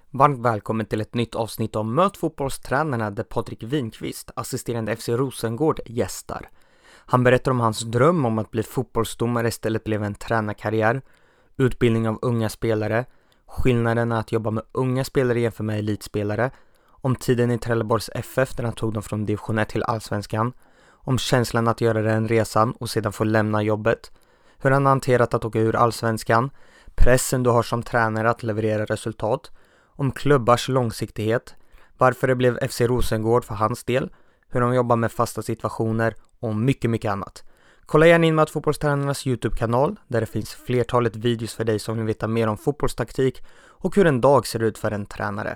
Varmt välkommen till ett nytt avsnitt av Möt fotbollstränarna där Patrik Winqvist, assisterande FC Rosengård, gästar. Han berättar om hans dröm om att bli fotbollsdomare istället blev en tränarkarriär, utbildning av unga spelare, skillnaden att jobba med unga spelare jämfört med elitspelare, om tiden i Trelleborgs FF där han tog dem från division 1 till allsvenskan, om känslan att göra den resan och sedan få lämna jobbet, hur han hanterat att åka ur allsvenskan, pressen du har som tränare att leverera resultat, om klubbars långsiktighet, varför det blev FC Rosengård för hans del, hur de jobbar med fasta situationer och mycket annat. Kolla gärna in med fotbollstränarnas YouTube-kanal där det finns flertalet videos för dig som vill veta mer om fotbollstaktik och hur en dag ser ut för en tränare.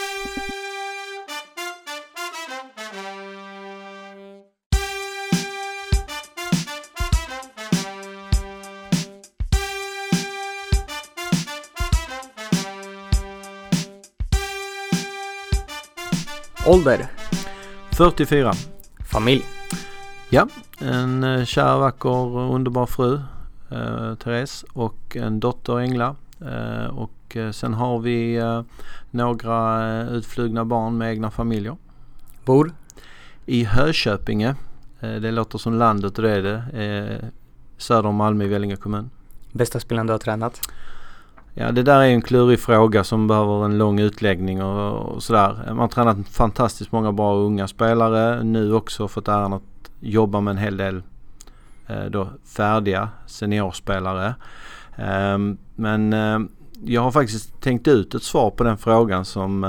Ålder? 44. Familj? Ja, en kär, vacker, underbar fru, Therese, och en dotter, Engla. Och sen har vi några utflugna barn med egna familjer. Bor? I Hököpinge. Det låter som landet och det är det. Söder om Malmö i Vellinge kommun. Bästa spelaren du har tränat? Ja, det där är en klurig fråga som behöver en lång utläggning och sådär. Man har tränat fantastiskt många bra unga spelare. Nu också fått äran att jobba med en hel del då färdiga seniorspelare. Men jag har faktiskt tänkt ut ett svar på den frågan som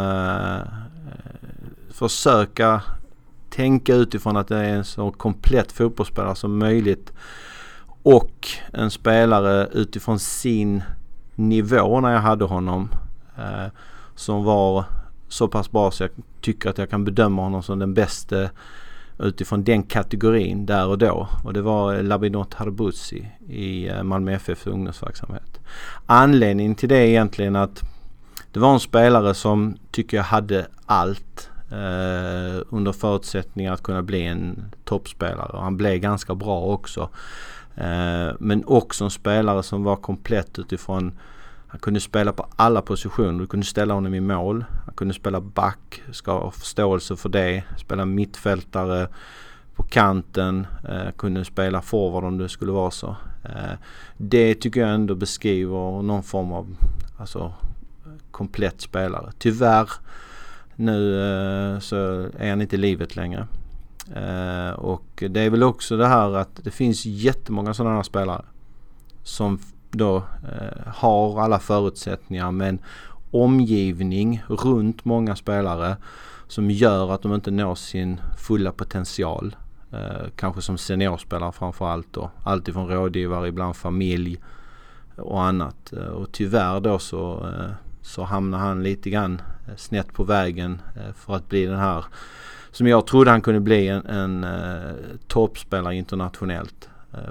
försöka tänka utifrån att det är en så komplett fotbollsspelare som möjligt och en spelare utifrån sin nivå när jag hade honom som var så pass bra så jag tycker att jag kan bedöma honom som den bästa utifrån den kategorin där och då. Och det var Labinot Harbuzzi i Malmö FF ungdomsverksamhet. Anledningen till det är egentligen att det var en spelare som tycker jag hade allt under förutsättningar att kunna bli en toppspelare. Och han blev ganska bra också. Men också en spelare som var komplett utifrån, han kunde spela på alla positioner, du kunde ställa honom i mål, han kunde spela back, ska ha förståelse för det, spela mittfältare på kanten, kunde spela forward om det skulle vara så. Det tycker jag ändå beskriver någon form av komplett spelare. Tyvärr nu så är han inte i livet längre. Och det är väl också det här att det finns jättemånga sådana här spelare som då har alla förutsättningar men omgivning runt många spelare som gör att de inte når sin fulla potential. Kanske som seniorspelare framförallt då. Allt ifrån rådgivare, ibland familj och annat. Och tyvärr då så hamnar han lite grann snett på vägen för att bli den här som jag trodde han kunde bli en toppspelare internationellt.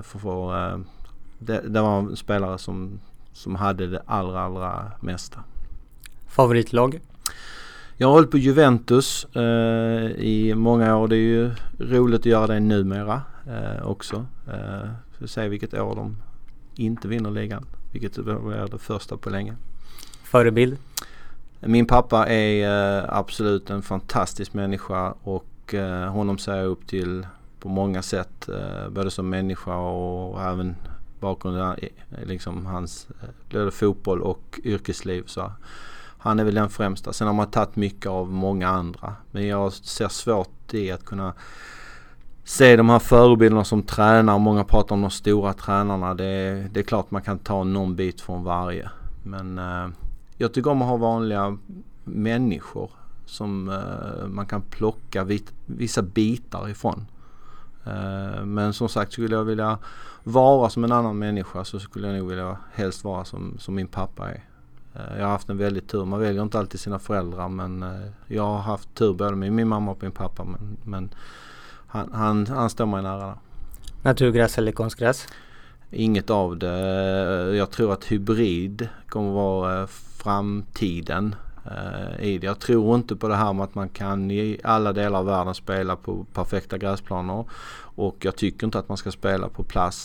Det var en spelare som hade det allra mesta. Favoritlag? Jag har hållit på Juventus i många år. Det är ju roligt att göra det numera också. Så se vilket år de inte vinner ligan. Vilket är det första på länge. Förebild? Min pappa är absolut en fantastisk människa och honom ser jag upp till på många sätt. Både som människa och även bakgrunden liksom hans både fotboll och yrkesliv. Så han är väl den främsta. Sen har man tagit mycket av många andra. Men jag ser svårt i att kunna se de här förebilderna som tränare. Många pratar om de stora tränarna. Det är klart man kan ta någon bit från varje. Men jag tycker om att ha vanliga människor som man kan plocka vissa bitar ifrån. Men som sagt, skulle jag vilja vara som en annan människa så skulle jag nog vilja helst vara som min pappa är. Jag har haft en väldigt tur. Man väljer inte alltid sina föräldrar, men jag har haft tur både med min mamma och min pappa. Men han står mig nära. Naturgräs eller konstgräs? Inget av det. Jag tror att hybrid kommer vara framtiden i det. Jag tror inte på det här med att man kan i alla delar av världen spela på perfekta gräsplaner. Och jag tycker inte att man ska spela på plast.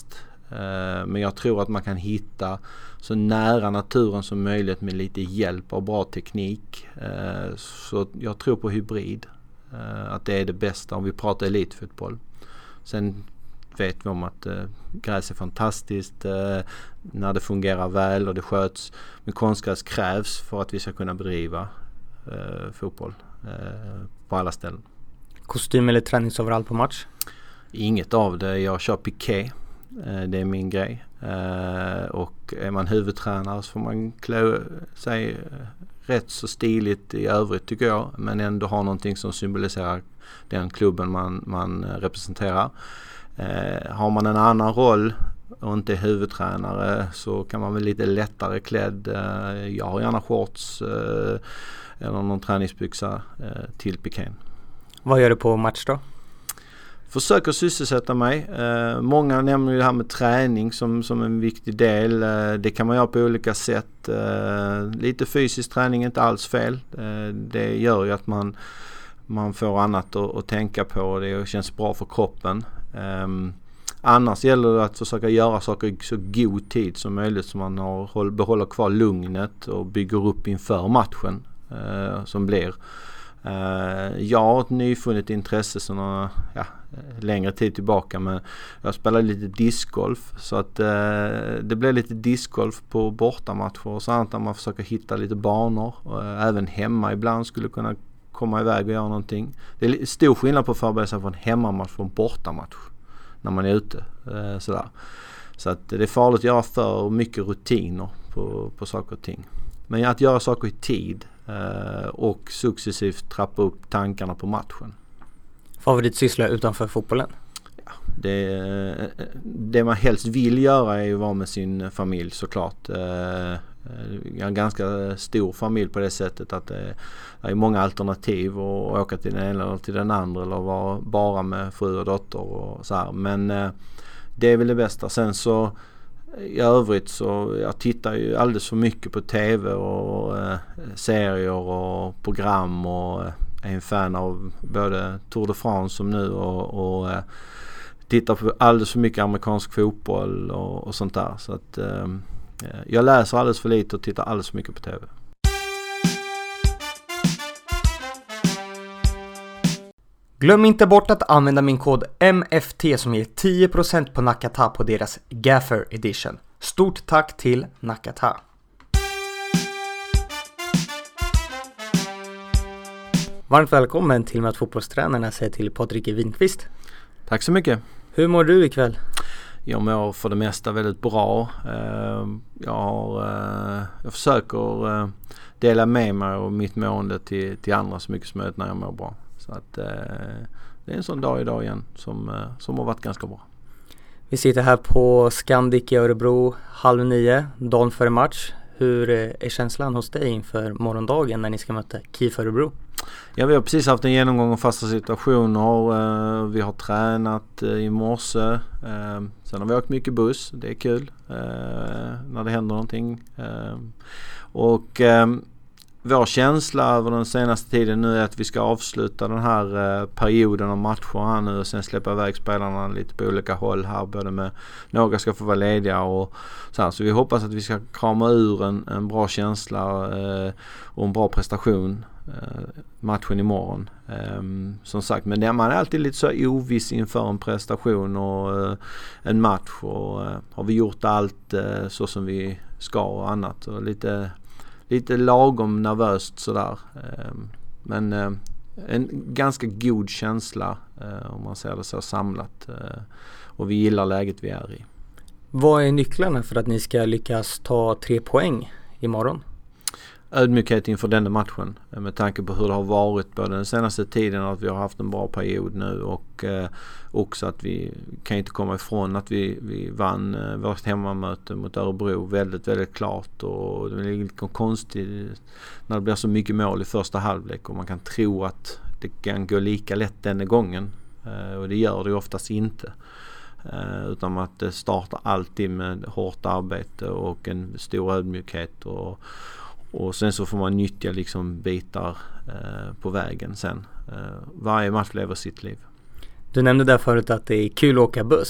Men jag tror att man kan hitta så nära naturen som möjligt med lite hjälp och bra teknik. Så jag tror på hybrid. Att det är det bästa om vi pratar elitfotboll. Sen vet vi om att gräs är fantastiskt när det fungerar väl och det sköts. Men konstgräs krävs för att vi ska kunna bedriva fotboll på alla ställen. Kostym eller träningsoverall på match? Inget av det. Jag kör piké. Det är min grej. Och är man huvudtränare så får man klä sig rätt så stiligt i övrigt tycker jag. Men ändå ha någonting som symboliserar den klubben man representerar. Har man en annan roll och inte är huvudtränare så kan man väl lite lättare klädd. Jag har gärna shorts eller någon träningsbyxa till pikén. Vad gör du på match då? Försöker sysselsätta mig. Många nämner ju det här med träning som en viktig del. Det kan man göra på olika sätt. Lite fysisk träning är inte alls fel. Det gör ju att man får annat att tänka på. Det känns bra för kroppen. Annars gäller det att försöka göra saker i så god tid som möjligt så man behåller kvar lugnet och bygger upp inför matchen som blir. Jag har ett nyfunnet intresse som längre tid tillbaka, men jag spelar lite discgolf så att det blir lite discgolf på bortamatcher och sånt där man försöker hitta lite banor och även hemma ibland skulle kunna komma iväg och göra någonting. Det är stor skillnad på att förbereda sig för en hemmamatch och en bortamatch när man är ute sådär. Så att det är farligt att göra för mycket rutiner på saker och ting. Men att göra saker i tid och successivt trappa upp tankarna på matchen. Favoritsyssla utanför fotbollen? Ja, det man helst vill göra är ju att vara med sin familj såklart. Jag har en ganska stor familj på det sättet att det är många alternativ att åka till den ena eller till den andra eller vara bara med fru och dotter och så här. Men det är väl det bästa. Sen så i övrigt så jag tittar ju alldeles för mycket på tv och serier och program och är en fan av både Tour de France som nu och tittar på alldeles för mycket amerikansk fotboll och sånt där. Så att jag läser alldeles för lite och tittar alldeles för mycket på tv. Glöm inte bort att använda min kod MFT som ger 10% på Nakata på deras Gaffer Edition. Stort tack till Nakata. Varmt välkommen till med att fotbollstränarna säger till Patrik Winqvist. Tack så mycket. Hur mår du ikväll? Jag mår för det mesta väldigt bra. Jag försöker dela med mig av mitt mående till andra så mycket som möjligt när jag mår bra. Så att det är en sån dag idag igen som har varit ganska bra. Vi sitter här på Scandic i Örebro 8:30, dagen före match. Hur är känslan hos dig inför morgondagen när ni ska möta KIF Örebro? Ja, vi har precis haft en genomgång av fasta situationer. Vi har tränat i morse. Sen har vi åkt mycket buss. Det är kul när det händer någonting. Vår känsla över den senaste tiden nu är att vi ska avsluta den här perioden av matcher här nu och sen släppa iväg spelarna lite på olika håll här. Både med några ska få vara lediga och så här. Så vi hoppas att vi ska krama ur en bra känsla och en bra prestation matchen imorgon. Som sagt, men man är alltid lite så oviss inför en prestation och en match och har vi gjort allt så som vi ska och annat och lite lagom nervöst sådär. Men en ganska god känsla om man ser det så samlat. Och vi gillar läget vi är i. Vad är nycklarna för att ni ska lyckas ta 3 poäng imorgon? Ödmjukhet inför denna matchen med tanke på hur det har varit både den senaste tiden och att vi har haft en bra period nu och också att vi kan inte komma ifrån att vi vann vårt hemmamöte mot Örebro väldigt, väldigt klart och det är lite konstigt när det blir så mycket mål i första halvlek och man kan tro att det kan gå lika lätt denna gången och det gör det oftast inte. Utan att det startar alltid med hårt arbete och en stor ödmjukhet och sen så får man nyttja liksom bitar på vägen sen. Varje match lever sitt liv. Du nämnde där förut att det är kul att åka buss.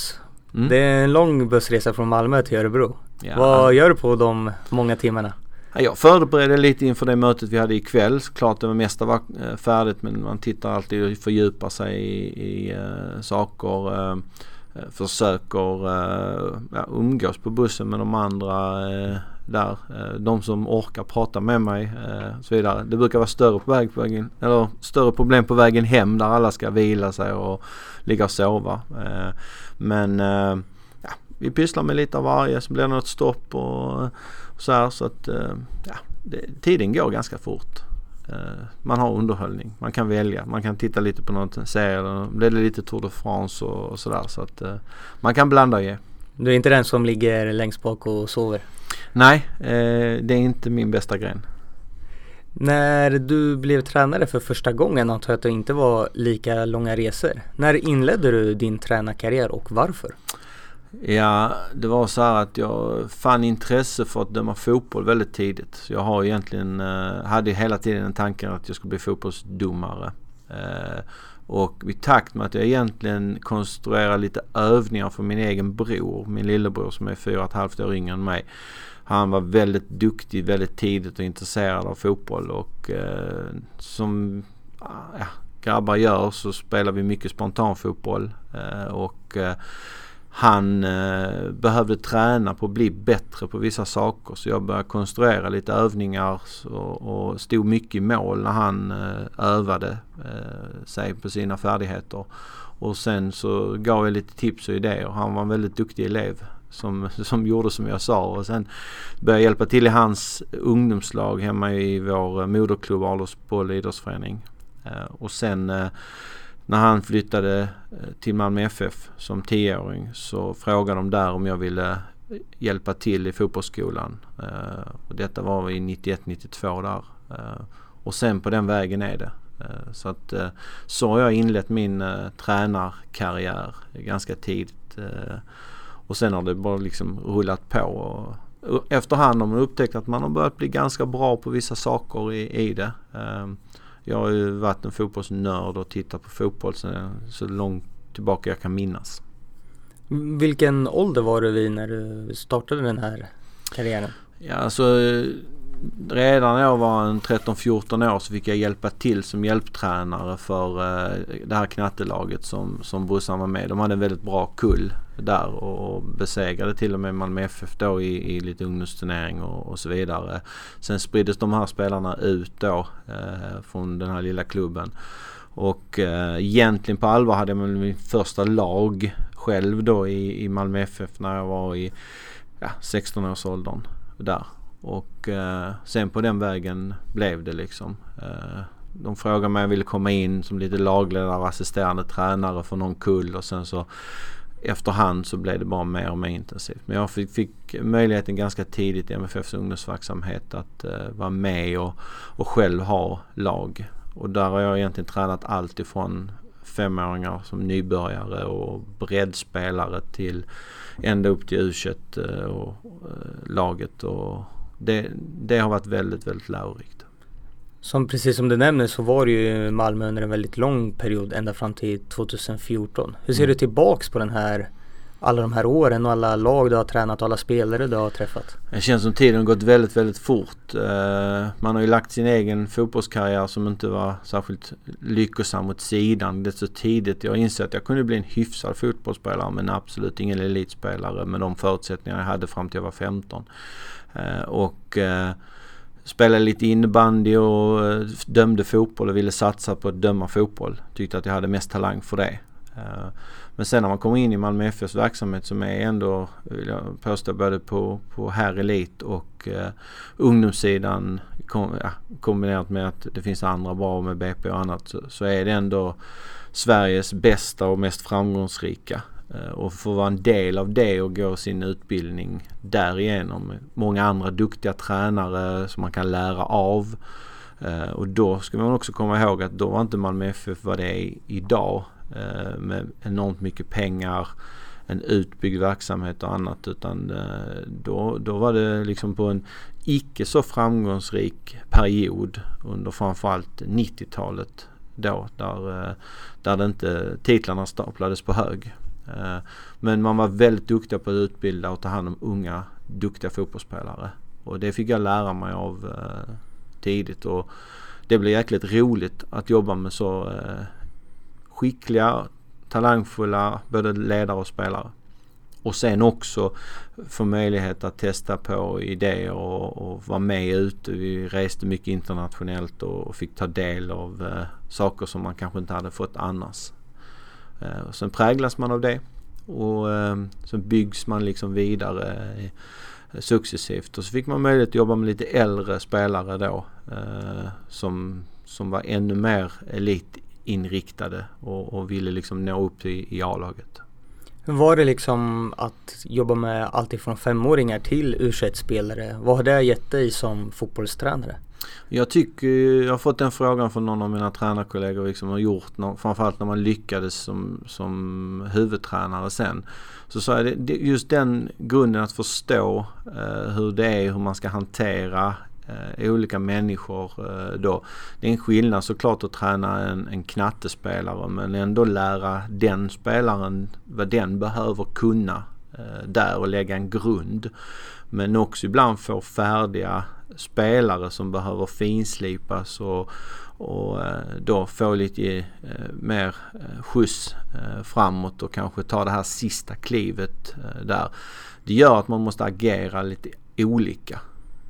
Det är en lång bussresa från Malmö till Örebro. Ja. Vad gör du på de många timmarna? Jag förberedde lite inför det mötet vi hade ikväll. Klart det mesta var färdigt, men man tittar alltid och fördjupar sig i saker. Försöker umgås på bussen med de andra där. De som orkar prata med mig och så vidare. Det brukar vara större problem på vägen hem där alla ska vila sig och ligga och sova. Men vi pysslar med lite av varje, så blir det något stopp och så här, så att tiden går ganska fort. Man har underhållning, man kan välja, man kan titta lite på något serie, blir det lite Tour de France och sådär, så att man kan blanda och ge. Du är inte den som ligger längst bak och sover? Nej, det är inte min bästa gren. När du blev tränare för första gången antar jag att det inte var lika långa resor. När inledde du din tränarkarriär och varför? Ja, det var så här att jag fann intresse för att döma fotboll väldigt tidigt. Så jag har egentligen, hade hela tiden en tanke att jag skulle bli fotbollsdomare. Och i takt med att jag egentligen konstruerar lite övningar för min egen bror, min lillebror som är 4,5 år yngre än mig. Han var väldigt duktig väldigt tidigt och intresserad av fotboll, och som grabbar gör så spelar vi mycket spontan fotboll, och han behövde träna på att bli bättre på vissa saker, så jag började konstruera lite övningar och stod mycket i mål när han övade sig på sina färdigheter. Och sen så gav jag lite tips och idéer. Han var en väldigt duktig elev som gjorde som jag sa, och sen började jag hjälpa till i hans ungdomslag hemma i vår moderklubb Arlösboll idrottsförening. Och sen när han flyttade till Malmö FF som 10-åring så frågade de där om jag ville hjälpa till i fotbollsskolan. Och detta var i 91-92 där. Och sen på den vägen är det. Så att så har jag inlett min tränarkarriär ganska tidigt. Och sen har det bara liksom rullat på. Och efterhand har man upptäckt att man har börjat bli ganska bra på vissa saker i det. Jag har ju varit en fotbollsnörd och tittat på fotboll så långt tillbaka jag kan minnas. Vilken ålder var du vid när du startade den här karriären? Ja, alltså redan när jag var 13-14 år så fick jag hjälpa till som hjälptränare för det här knattelaget som bussarna var med. De hade en väldigt bra kull där och besegrade till och med Malmö FF då i lite ungdomsturnering och så vidare. Sen spriddes de här spelarna ut då från den här lilla klubben. Och egentligen på allvar hade jag min första lag själv då i Malmö FF när jag var i 16-årsåldern där. Och sen på den vägen blev det liksom. De frågade mig om jag ville komma in som lite lagledare och assisterande tränare för någon kull, och sen så efterhand så blev det bara mer och mer intensivt. Men jag fick möjligheten ganska tidigt i MFFs ungdomsverksamhet att vara med och själv ha lag. Och där har jag egentligen tränat allt ifrån 5-åringar som nybörjare och breddspelare till ända upp till U21 och laget, och det har varit väldigt, väldigt lärorikt. Precis som du nämner så var det ju Malmö under en väldigt lång period ända fram till 2014. Hur ser du tillbaks på alla de här åren och alla lag du har tränat och alla spelare du har träffat? Det känns som tiden har gått väldigt, väldigt fort. Man har ju lagt sin egen fotbollskarriär som inte var särskilt lyckosam åt sidan. Det är så tidigt. Jag insåg att jag kunde bli en hyfsad fotbollsspelare men absolut ingen elitspelare med de förutsättningar jag hade fram till jag var 15. Och spelade lite innebandy och dömde fotboll och ville satsa på att döma fotboll. Tyckte att jag hade mest talang för det. Men sen när man kommer in i Malmö FFs verksamhet som är ändå, vill jag påstå, både på här elit och ungdomssidan kombinerat med att det finns andra bra med BP och annat, så är det ändå Sveriges bästa och mest framgångsrika. Och få vara en del av det och gå sin utbildning därigenom. Många andra duktiga tränare som man kan lära av. Och då ska man också komma ihåg att då var inte Malmö FF vad det är idag med enormt mycket pengar, en utbyggd verksamhet och annat, utan då var det liksom på en icke så framgångsrik period under framförallt 90-talet då, där det inte titlarna staplades på hög. Men man var väldigt duktig på att utbilda och ta hand om unga, duktiga fotbollsspelare. Och det fick jag lära mig av tidigt. Och det blev jäkligt roligt att jobba med så skickliga, talangfulla både ledare och spelare. Och sen också få möjlighet att testa på idéer och vara med ute. Vi reste mycket internationellt och fick ta del av saker som man kanske inte hade fått annars. Sen präglas man av det och sen byggs man liksom vidare successivt. Och så fick man möjlighet att jobba med lite äldre spelare då som var ännu mer elitinriktade och ville liksom nå upp i A-laget. Hur var det liksom att jobba med allt ifrån 5-åringar till U21-spelare? Vad har det gett dig som fotbollstränare? Jag har fått den frågan från någon av mina tränarkollegor liksom har gjort, framförallt när man lyckades som huvudtränare sen. Så sa jag det, just den grunden att förstå hur det är, hur man ska hantera olika människor då. Det är en skillnad såklart att träna en knattespelare, men ändå lära den spelaren vad den behöver kunna där och lägga en grund. Men också ibland få färdiga spelare som behöver finslipas och då få lite mer skjuts framåt och kanske ta det här sista klivet där. Det gör att man måste agera lite olika.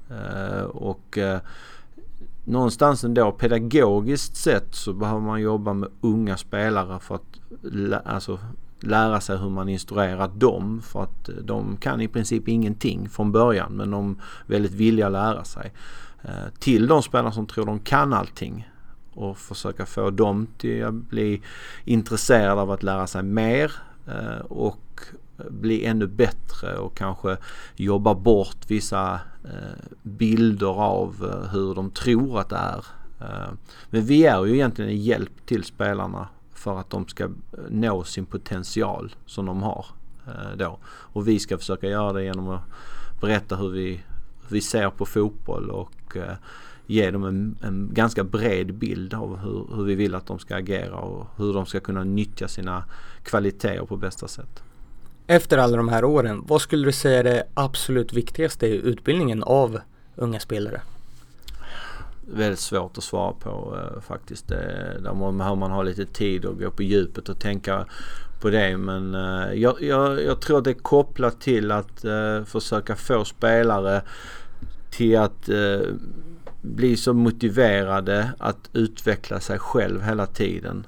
Och någonstans ändå pedagogiskt sett så behöver man jobba med unga spelare för att lära sig hur man instruerar dem, för att de kan i princip ingenting från början, men de är väldigt villiga att lära sig. Till de spelare som tror de kan allting och försöka få dem till att bli intresserade av att lära sig mer och bli ännu bättre och kanske jobba bort vissa bilder av hur de tror att det är. Men vi är ju egentligen en hjälp till spelarna för att de ska nå sin potential som de har då. Och vi ska försöka göra det genom att berätta hur vi ser på fotboll och ge dem en ganska bred bild av hur vi vill att de ska agera och hur de ska kunna nyttja sina kvaliteter på bästa sätt. Efter alla de här åren, vad skulle du säga är det absolut viktigaste i utbildningen av unga spelare? Väldigt svårt att svara på faktiskt. Där har man ha lite tid att gå på djupet och tänka på det. Men jag tror att det är kopplat till att försöka få spelare till att bli så motiverade att utveckla sig själv hela tiden.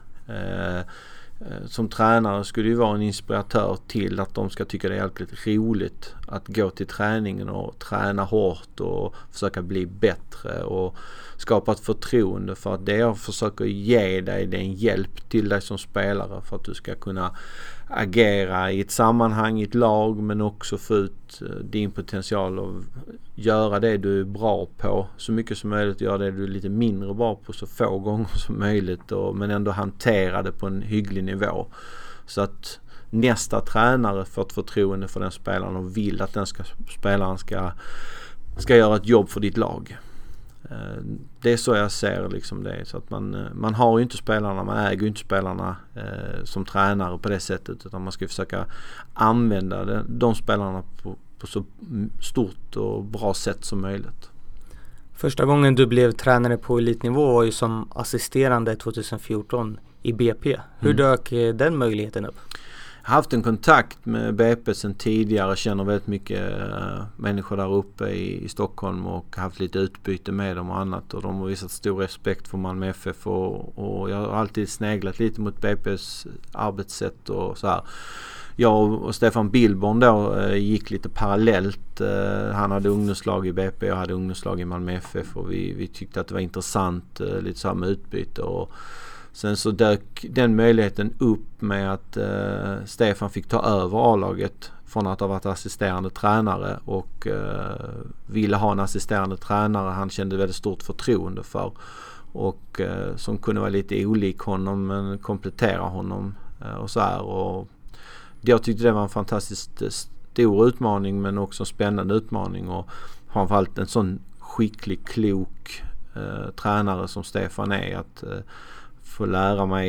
Som tränare skulle det ju vara en inspiratör till att de ska tycka det är jäkligt roligt att gå till träningen och träna hårt och försöka bli bättre och skapa ett förtroende, för att det jag försöker ge dig, det är en hjälp till dig som spelare för att du ska kunna agera i ett sammanhang, i ett lag, men också få ut din potential och göra det du är bra på så mycket som möjligt, göra det du är lite mindre bra på så få gånger som möjligt, men ändå hantera det på en hygglig nivå så att nästa tränare får ett förtroende för den spelaren och vill att den spelaren ska göra ett jobb för ditt lag. Det är så jag ser liksom det, så att man har ju inte spelarna, man äger ju inte spelarna som tränare på det sättet, utan man ska försöka använda de spelarna på så stort och bra sätt som möjligt. Första gången du blev tränare på elitnivå var ju som assisterande 2014 i BP. Hur dök den möjligheten upp? Jag har haft en kontakt med BP sedan tidigare, känner väldigt mycket människor där uppe i Stockholm och haft lite utbyte med dem och annat, och de har visat stor respekt för Malmö FF och jag har alltid sneglat lite mot BP:s arbetssätt och så här. Jag och Stefan Billborn då gick lite parallellt. Han hade ungdomslag i BP, jag hade ungdomslag i Malmö FF och vi tyckte att det var intressant lite så här med utbyte, och sen så dök den möjligheten upp med att Stefan fick ta över A-laget från att ha varit assisterande tränare och ville ha en assisterande tränare han kände väldigt stort förtroende för och som kunde vara lite olik honom men komplettera honom och så här. Och jag tyckte det var en fantastiskt stor utmaning, men också en spännande utmaning, och framförallt en sån skicklig, klok tränare som Stefan är, att få lära mig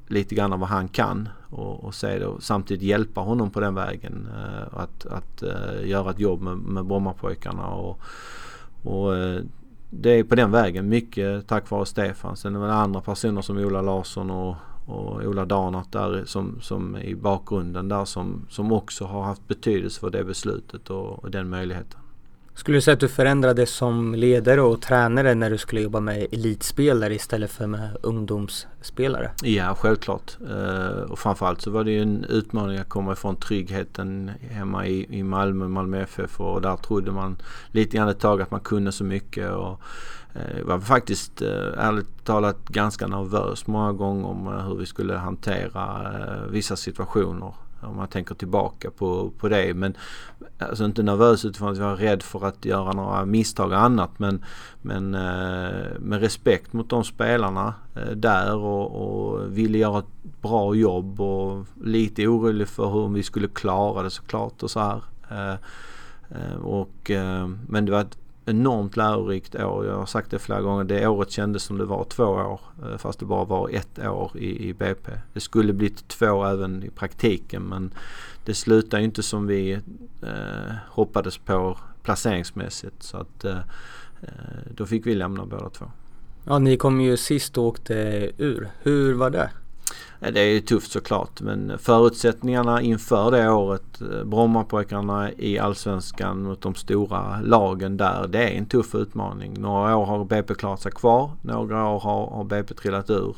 lite grann vad han kan och se det, och samtidigt hjälpa honom på den vägen att göra ett jobb med Brommapojkarna och det är på den vägen mycket tack vare Stefan. Sen är det andra personer som Ola Larsson och Ola Darnart där som i bakgrunden där som också har haft betydelse för det beslutet och den möjligheten. Skulle du säga att du förändrades som ledare och tränare när du skulle jobba med elitspelare istället för med ungdomsspelare? Ja, självklart. Och framförallt så var det ju en utmaning att komma ifrån tryggheten hemma i Malmö FF, och där trodde man lite grann ett tag att man kunde så mycket, och var faktiskt ärligt talat ganska nervös många gånger om hur vi skulle hantera vissa situationer. Om man tänker tillbaka på det, men alltså inte nervös utifrån att jag var rädd för att göra några misstag och annat, men med respekt mot de spelarna där och ville göra ett bra jobb och lite orolig för hur vi skulle klara det såklart och så här. Men det var ett enormt lärorikt år. Jag har sagt det flera gånger. Det året kändes som det var 2 år, fast det bara var 1 år i BP. Det skulle blivit 2 även i praktiken, men det slutade inte som vi hoppades på placeringsmässigt, så att då fick vi lämna båda 2. Ja, ni kom ju sist och åkte ur. Hur var det? Det är tufft såklart, men förutsättningarna inför det året, Brommapojkarna i Allsvenskan mot de stora lagen där, det är en tuff utmaning. Några år har BP klarat sig kvar, några år har BP trillat ur.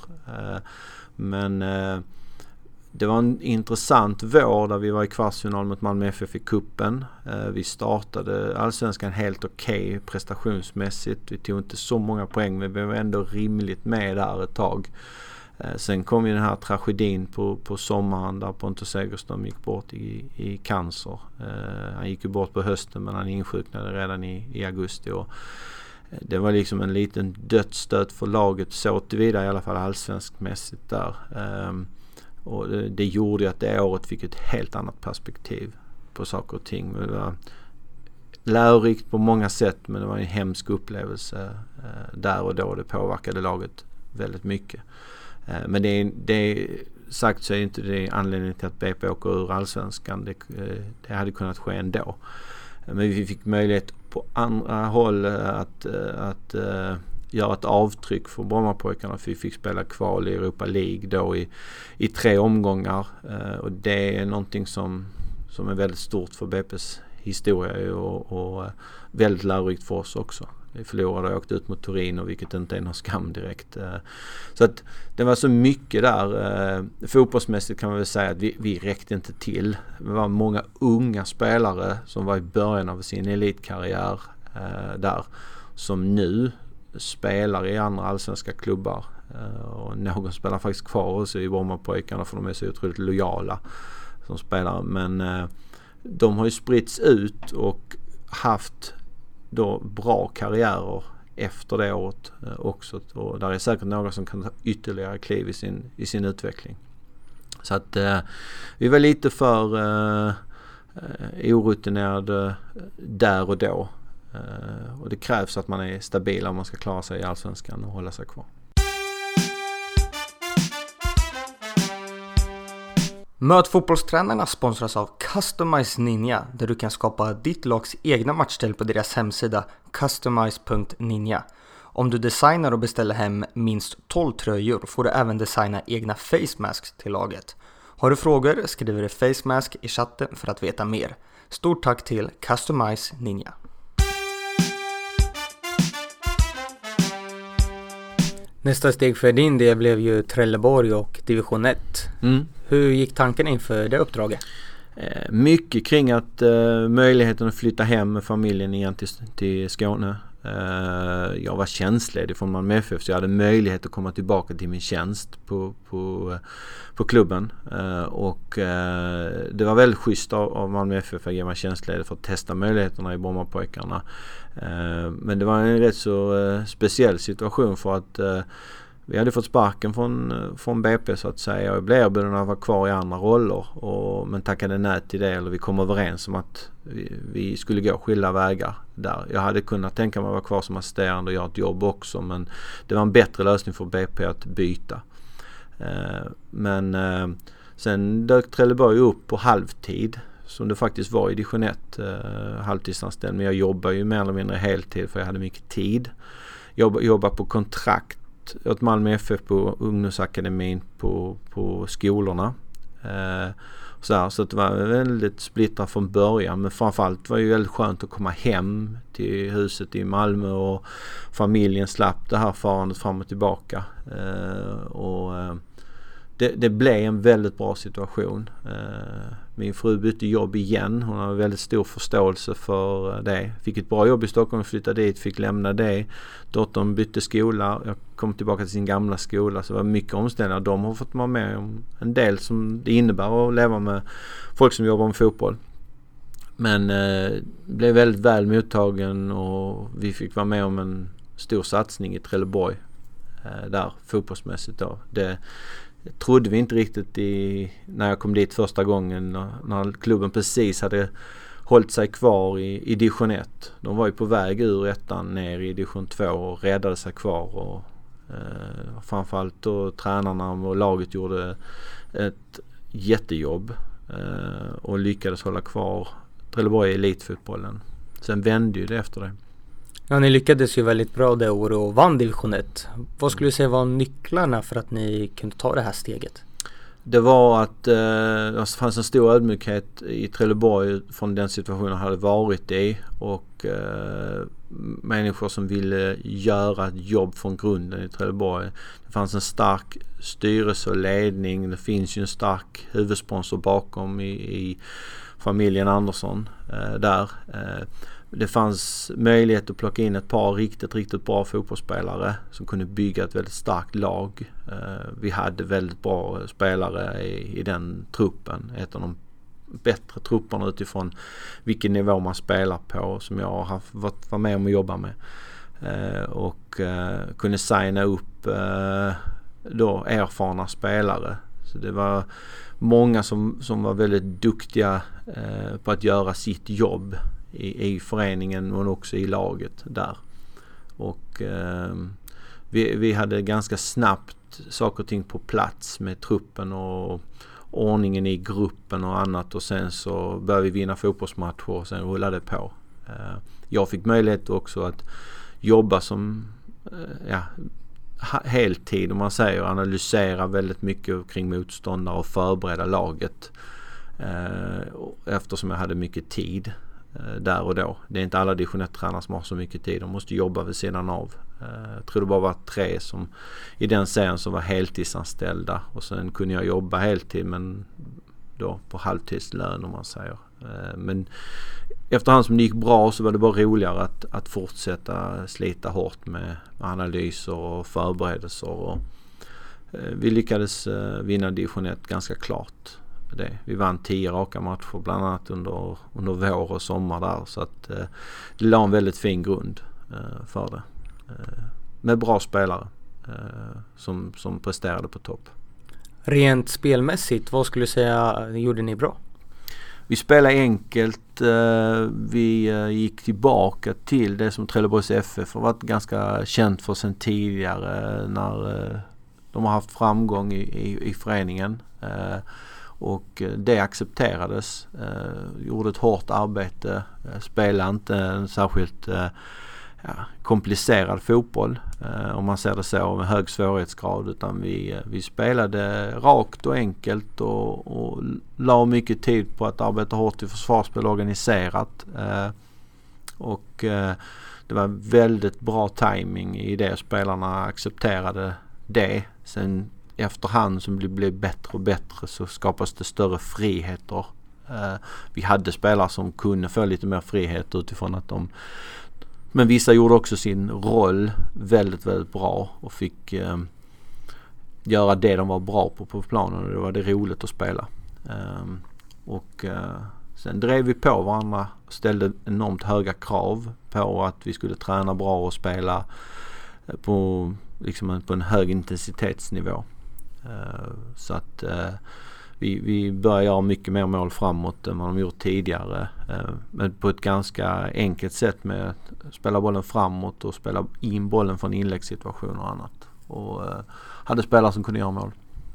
Men det var en intressant vår där vi var i kvartsfinal mot Malmö FF i kuppen. Vi startade Allsvenskan helt okej prestationsmässigt. Vi tog inte så många poäng, men vi var ändå rimligt med där ett tag. Sen kom ju den här tragedin på sommaren där Pontus Segerström gick bort i cancer. Han gick ju bort på hösten, men han insjuknade redan i augusti. Och det var liksom en liten dödsstöt för laget, så tillvida i alla fall allsvenskmässigt där. Och det gjorde att det året fick ett helt annat perspektiv på saker och ting. Det var lärorikt på många sätt, men det var en hemsk upplevelse där och då. Det påverkade laget väldigt mycket. Men det sagt så är inte det anledningen till att BP åker ur Allsvenskan. Det hade kunnat ske ändå. Men vi fick möjlighet på andra håll att göra ett avtryck för Brommapojkarna, för vi fick spela kval i Europa League då i 3 omgångar. Och det är någonting som är väldigt stort för BP:s historia och väldigt lärorikt för oss också. Vi förlorade och åkte ut mot Torino, vilket inte är någon skam direkt. Så att det var så mycket där. Fotbollsmässigt kan man väl säga att vi räckte inte till. Det var många unga spelare som var i början av sin elitkarriär där, som nu spelar i andra allsvenska klubbar. Och någon spelar faktiskt kvar också i Brommapojkarna, för de är så otroligt lojala som spelare. Men de har ju spritts ut och haft då bra karriärer efter det året också, och där är säkert några som kan ta ytterligare kliv i sin utveckling. Så att vi var lite för orutinerade där och då, och det krävs att man är stabil om man ska klara sig i Allsvenskan och hålla sig kvar. Möt fotbollstränarna sponsras av Customize Ninja, där du kan skapa ditt lags egna matchställ på deras hemsida customize.ninja. Om du designar och beställer hem minst 12 tröjor får du även designa egna face masks till laget. Har du frågor, skriver du face mask i chatten för att veta mer. Stort tack till Customize Ninja. Nästa steg för din del blev ju Trelleborg och division 1. Hur gick tanken inför det uppdraget? Mycket kring att möjligheten att flytta hem med familjen igen till Skåne. Jag var tjänstledig från Malmö FF, så jag hade möjlighet att komma tillbaka till min tjänst på klubben. Och det var väldigt schysst av Malmö FF att ge mig tjänstledig för att testa möjligheterna i Brommapojkarna. Men det var en rätt så speciell situation, för att vi hade fått sparken från BP så att säga, och jag blev erbjuden att vara kvar i andra roller, men tackade nej till det, eller vi kom överens om att vi skulle gå skilda vägar där. Jag hade kunnat tänka mig att vara kvar som assisterande och göra ett jobb också, men det var en bättre lösning för BP att byta. Men sen dök Trelleborg upp på halvtid, som det faktiskt var i division 1, halvtidsanställd. Men jag jobbade ju mer eller mindre heltid för jag hade mycket tid. Jobbade på kontrakt åt Malmö FF på ungdomsakademin på skolorna. Så det var väldigt splittrat från början, men framförallt var det ju väldigt skönt att komma hem till huset i Malmö och familjen slapp det här farandet fram och tillbaka. Det blev en väldigt bra situation. Min fru bytte jobb igen. Hon har väldigt stor förståelse för det. Fick ett bra jobb i Stockholm, flyttade dit, fick lämna det. Dottern bytte skola. Jag kom tillbaka till sin gamla skola. Så det var mycket omställningar. De har fått vara med om en del som det innebär att leva med folk som jobbar med fotboll. Men blev väldigt väl mottagen och vi fick vara med om en stor satsning i Trelleborg. Där fotbollsmässigt då. Det trodde vi inte riktigt när jag kom dit första gången, när klubben precis hade hållit sig kvar i division 1. De var ju på väg ur ettan ner i division 2 och räddade sig kvar. Och framförallt då tränarna och laget gjorde ett jättejobb och lyckades hålla kvar Trelleborg i elitfotbollen. Sen vände ju det efter det. Ja, ni lyckades ju väldigt bra det året och vann division 1. Vad skulle du säga var nycklarna för att ni kunde ta det här steget? Det var att det fanns en stor ödmjukhet i Trelleborg från den situationen hade varit i, och människor som ville göra ett jobb från grunden i Trelleborg. Det fanns en stark styrelse och ledning. Det finns ju en stark huvudsponsor bakom i familjen Andersson där. Det fanns möjlighet att plocka in ett par riktigt bra fotbollsspelare som kunde bygga ett väldigt starkt lag. Vi hade väldigt bra spelare i den truppen. Ett av de bättre trupperna utifrån vilken nivå man spelar på, som jag har varit med om att jobba med. Och kunde signa upp då erfarna spelare. Så det var många som var väldigt duktiga på att göra sitt jobb i föreningen men också i laget där. Och vi hade ganska snabbt saker och ting på plats med truppen och ordningen i gruppen och annat, och sen så började vi vinna fotbollsmatcher och sen rullade det på. Jag fick möjlighet också att jobba som heltid, om man säger, analysera väldigt mycket kring motståndare och förbereda laget eftersom jag hade mycket tid där och då. Det är inte alla division 1-tränare som har så mycket tid. De måste jobba vid sidan av. Jag tror det bara var 3 som i den serien som var heltidsanställda, och sen kunde jag jobba heltid men då på halvtidslön, om man säger. Men efterhand som det gick bra så var det bara roligare att fortsätta slita hårt med analyser och förberedelser, och vi lyckades vinna division 1 ganska klart. Vi vann 10 raka matcher bland annat under vår och sommar där, så att det la en väldigt fin grund för det. Med bra spelare som presterade på topp. Rent spelmässigt, vad skulle du säga gjorde ni bra? Vi spelade enkelt. Vi gick tillbaka till det som Trelleborgs FF har varit ganska känt för sedan tidigare, när de har haft framgång i föreningen. Och det accepterades. Gjorde ett hårt arbete. Spelade inte en särskilt komplicerad fotboll, om man ser det så, med hög svårighetsgrad, utan vi spelade rakt och enkelt och la mycket tid på att arbeta hårt i försvarsspel organiserat. Och det var väldigt bra timing i det. Spelarna accepterade det. Sen efterhand som det blev bättre och bättre så skapas det större friheter. Vi hade spelare som kunde få lite mer frihet utifrån att men vissa gjorde också sin roll väldigt, väldigt bra och fick göra det de var bra på planen, och det var det roligt att spela. Sen drev vi på varandra och ställde enormt höga krav på att vi skulle träna bra och spela på en hög intensitetsnivå. Så att vi börjar göra mycket mer mål framåt än vad de gjort tidigare. Men på ett ganska enkelt sätt med att spela bollen framåt och spela in bollen från inläggssituationer och annat. Och hade spelare som kunde göra mål.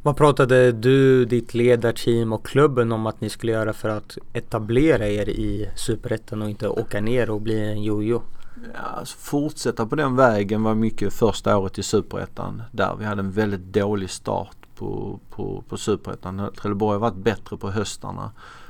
Vad pratade du, ditt ledarteam och klubben om att ni skulle göra för att etablera er i Superettan och inte åka ner och bli en jojo? Ja, alltså fortsätta på den vägen var mycket första året i Superettan. Där vi hade en väldigt dålig start på Superettan. Trelleborg har varit bättre på höstarna.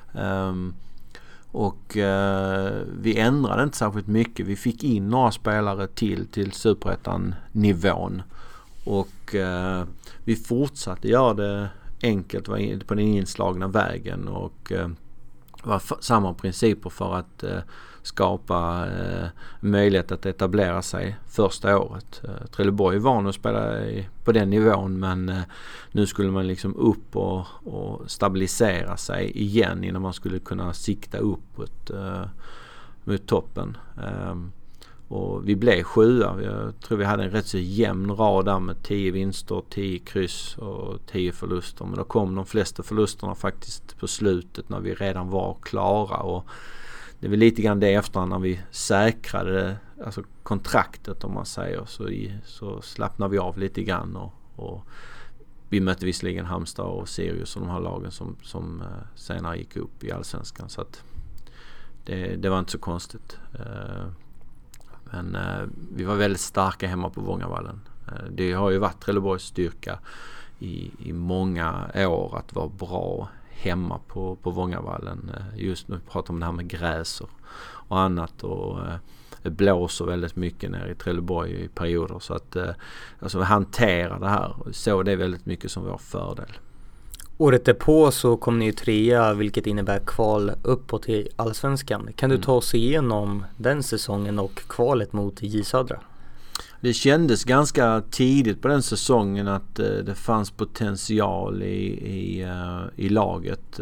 Vi ändrade inte särskilt mycket. Vi fick in några spelare till Superettan-nivån. Och vi fortsatte göra det enkelt på den inslagna vägen. Och var samma principer för att skapa möjlighet att etablera sig första året. Trelleborg är van att spela på den nivån, men nu skulle man liksom upp och stabilisera sig igen innan man skulle kunna sikta uppåt mot toppen. Och vi blev 7:a. Jag tror vi hade en rätt så jämn rad där med 10 vinster, 10 kryss och 10 förluster. Men då kom de flesta förlusterna faktiskt på slutet när vi redan var klara. Och det var lite grann det efter när vi säkrade alltså kontraktet, om man säger, så slappnade vi av lite grann. Och vi mötte visserligen Halmstad och Sirius och de här lagen som senare gick upp i Allsvenskan. Så att det var inte så konstigt. Men vi var väldigt starka hemma på Vångavallen. Det har ju varit Trelleborgs styrka i många år att vara bra hemma på Vångavallen. Just nu pratar om det här med gräs och annat, och det blåser väldigt mycket ner i Trelleborg i perioder, så att alltså hantera det här, så det är väldigt mycket som vår fördel. Året därpå så kom ni ju 3:a, vilket innebär kval uppåt i Allsvenskan. Kan du ta oss igenom den säsongen och kvalet mot J Södra? Det kändes ganska tidigt på den säsongen att det fanns potential i laget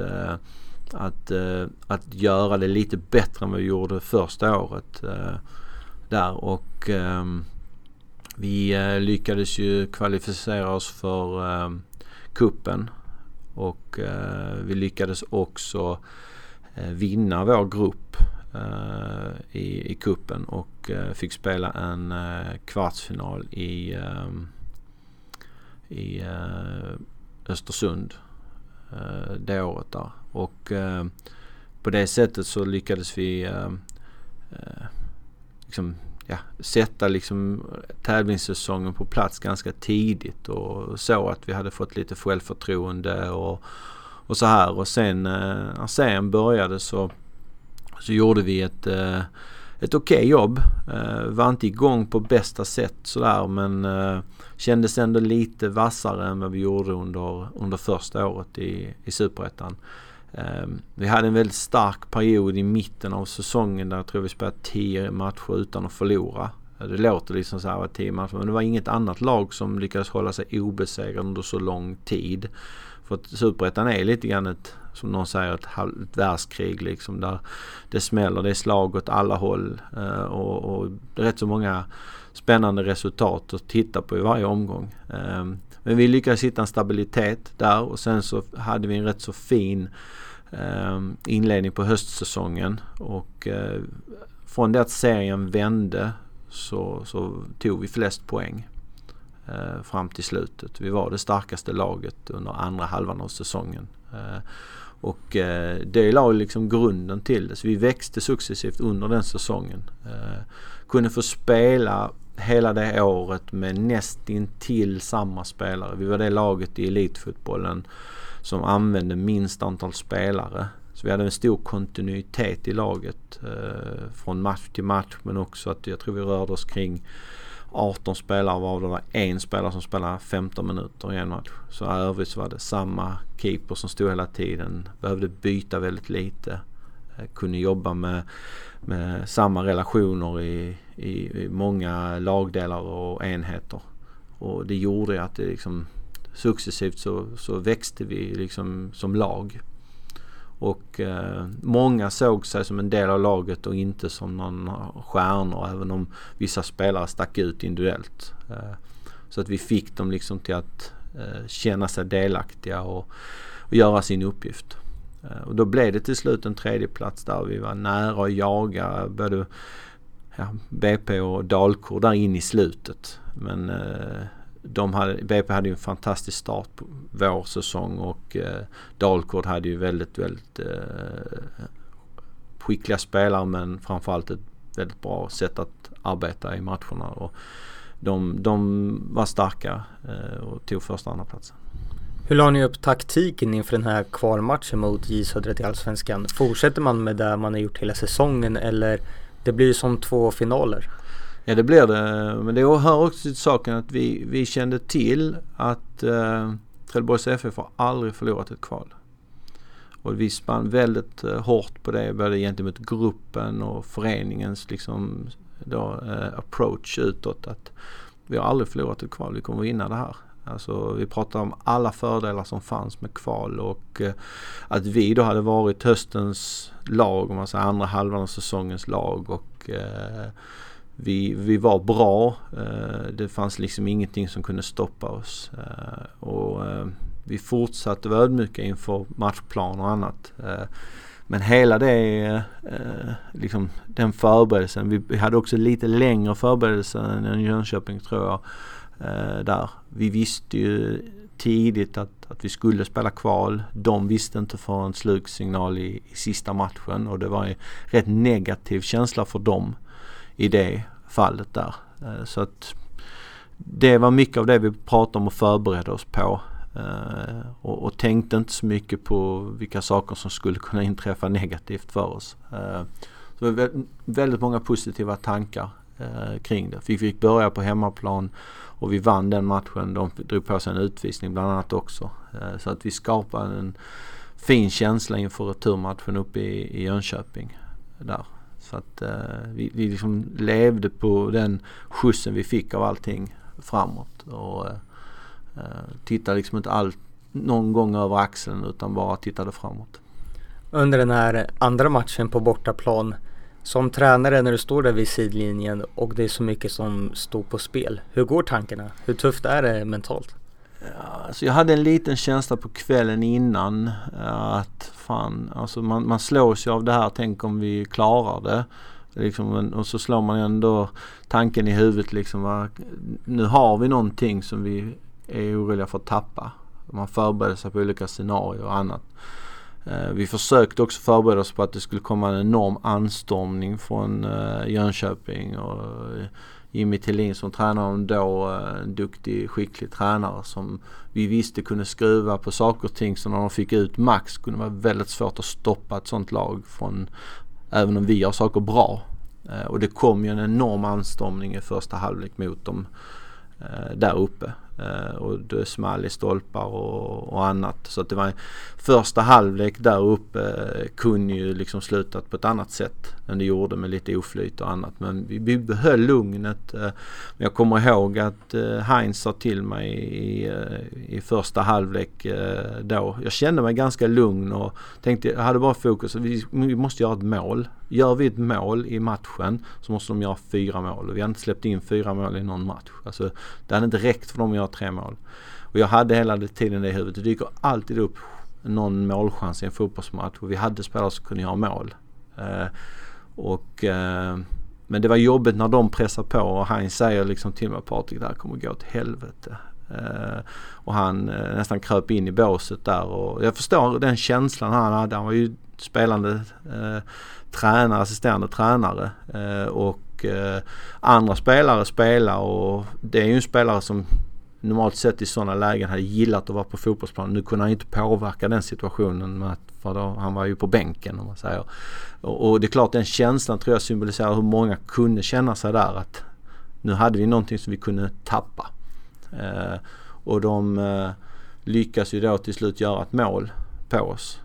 att göra det lite bättre än vad vi gjorde första året där, och vi lyckades ju kvalificera oss för kuppen. Och vi lyckades också vinna vår grupp i kuppen och fick spela en kvartsfinal i Östersund det året där. Och på det sättet så lyckades vi sätta tävlingssäsongen på plats ganska tidigt, och så att vi hade fått lite självförtroende och så här. Och sen när serien började så gjorde vi ett okej jobb. Var inte igång på bästa sätt sådär, men kändes ändå lite vassare än vad vi gjorde under första året i Superettan. Vi hade en väldigt stark period i mitten av säsongen där jag tror vi spelade 10 matcher utan att förlora. Det låter liksom så här, 10 matcher, men det var inget annat lag som lyckades hålla sig obesegrad under så lång tid. För att Superettan är lite grann som någon säger, ett världskrig liksom, där det smäller, det är slag åt alla håll och det är rätt så många spännande resultat att titta på i varje omgång. Men vi lyckades hitta en stabilitet där, och sen så hade vi en rätt så fin inledning på höstsäsongen, och från det att serien vände så tog vi flest poäng fram till slutet. Vi var det starkaste laget under andra halvan av säsongen. Och det la liksom grunden till det. Så vi växte successivt under den säsongen. Kunde få spela hela det året med nästintill samma spelare. Vi var det laget i elitfotbollen som använde minst antal spelare. Så vi hade en stor kontinuitet i laget från match till match, men också att jag tror vi rörde oss kring 18 spelare, var det var en spelare som spelade 15 minuter i en match. Så övrigt så var det samma keeper som stod hela tiden. Behövde byta väldigt lite. Kunde jobba med samma relationer i många lagdelar och enheter. Och det gjorde att det liksom successivt så växte vi liksom som lag. Och många såg sig som en del av laget och inte som någon stjärnor, även om vissa spelare stack ut individuellt. Så att vi fick dem liksom till att känna sig delaktiga och göra sin uppgift. Och då blev det till slut en tredje plats där vi var nära att jaga både BP och Dalkurd där in i slutet. Men BP hade ju en fantastisk start vår säsong och Dalkurd hade ju väldigt skickliga spelare, men framförallt ett väldigt bra sätt att arbeta i matcherna, och de var starka och tog första andra platsen. Hur la ni upp taktiken inför den här kvalmatchen mot J Södra till Allsvenskan? Fortsätter man med det man har gjort hela säsongen, eller det blir ju som 2 finaler? Ja, det blir det, men det hör också till saken att vi kände till att Trelleborgs FF har aldrig förlorat ett kval. Och vi spann väldigt hårt på det, både gentemot gruppen och föreningens liksom approach utåt, att vi har aldrig förlorat ett kval, vi kommer vinna det här. Alltså vi pratar om alla fördelar som fanns med kval, och att vi då hade varit höstens lag, om man säger andra halvan av säsongens lag, och vi var bra. Det fanns liksom ingenting som kunde stoppa oss, och vi fortsatte vara ödmjuka inför matchplan och annat. Men hela det liksom den förberedelsen, vi hade också lite längre förberedelse än Jönköping, tror jag. Där. Vi visste ju tidigt att vi skulle spela kval. De visste inte för en slutsignal i sista matchen, och det var en rätt negativ känsla för dem i det fallet där. Så att det var mycket av det vi pratade om och förberedde oss på, och tänkte inte så mycket på vilka saker som skulle kunna inträffa negativt för oss. Så det var väldigt många positiva tankar kring det. Vi fick börja på hemmaplan och vi vann den matchen. De drog på sig en utvisning bland annat också. Så att vi skapade en fin känsla inför returmatchen uppe i Jönköping där. Så att vi liksom levde på den skjutsen vi fick av allting framåt, och tittade liksom inte någon gång över axeln, utan bara tittade framåt. Under den här andra matchen på bortaplan, som tränare när du står där vid sidlinjen och det är så mycket som står på spel, hur går tankarna? Hur tufft är det mentalt? Ja, alltså jag hade en liten känsla på kvällen innan att fan, alltså man slås ju av det här, tänk om vi klarar det. Liksom, och så slår man ändå tanken i huvudet liksom, nu har vi någonting som vi är oroliga för att tappa. Man förbereder sig på olika scenarier och annat. Vi försökte också förbereda oss på att det skulle komma en enorm anstormning från Jönköping, och Jimmy Tillin som tränade då, en duktig, skicklig tränare som vi visste kunde skruva på saker och ting, så när de fick ut max kunde det vara väldigt svårt att stoppa ett sånt lag från, även om vi gör saker bra. Och det kom ju en enorm anstormning i första halvlek mot dem där uppe. Och det small i stolpar och annat. Så att det var första halvlek där uppe kunde ju liksom slutat på ett annat sätt än det gjorde, med lite oflyt och annat. Men vi behöll lugnet. Men jag kommer ihåg att Heinz sa till mig i första halvlek då. Jag kände mig ganska lugn och tänkte, jag hade bara fokus. Vi måste göra ett mål. Gör vi ett mål i matchen så måste de göra 4 mål. Och vi har inte släppt in 4 mål i någon match. Alltså, det hade inte räckt för dem att göra 3 mål. Och jag hade hela tiden det i huvudet. Det dyker alltid upp någon målchans i en fotbollsmatch. Och vi hade spelare som kunde göra mål. Men det var jobbigt när de pressar på. Och han säger liksom till mig, Patrik, det här kommer gå åt helvete. Och han nästan kröp in i båset där. Och jag förstår den känslan han hade. Han var ju spelande tränare, assisterande tränare. Och andra spelare spelar. Och det är ju en spelare som normalt sett i sådana lägen hade gillat att vara på fotbollsplan. Nu kunde han inte påverka den situationen, för då, han var ju på bänken om man säger. Och det är klart, den känslan tror jag symboliserar hur många kunde känna sig där, att nu hade vi någonting som vi kunde tappa. Och de lyckas ju då till slut göra ett mål på oss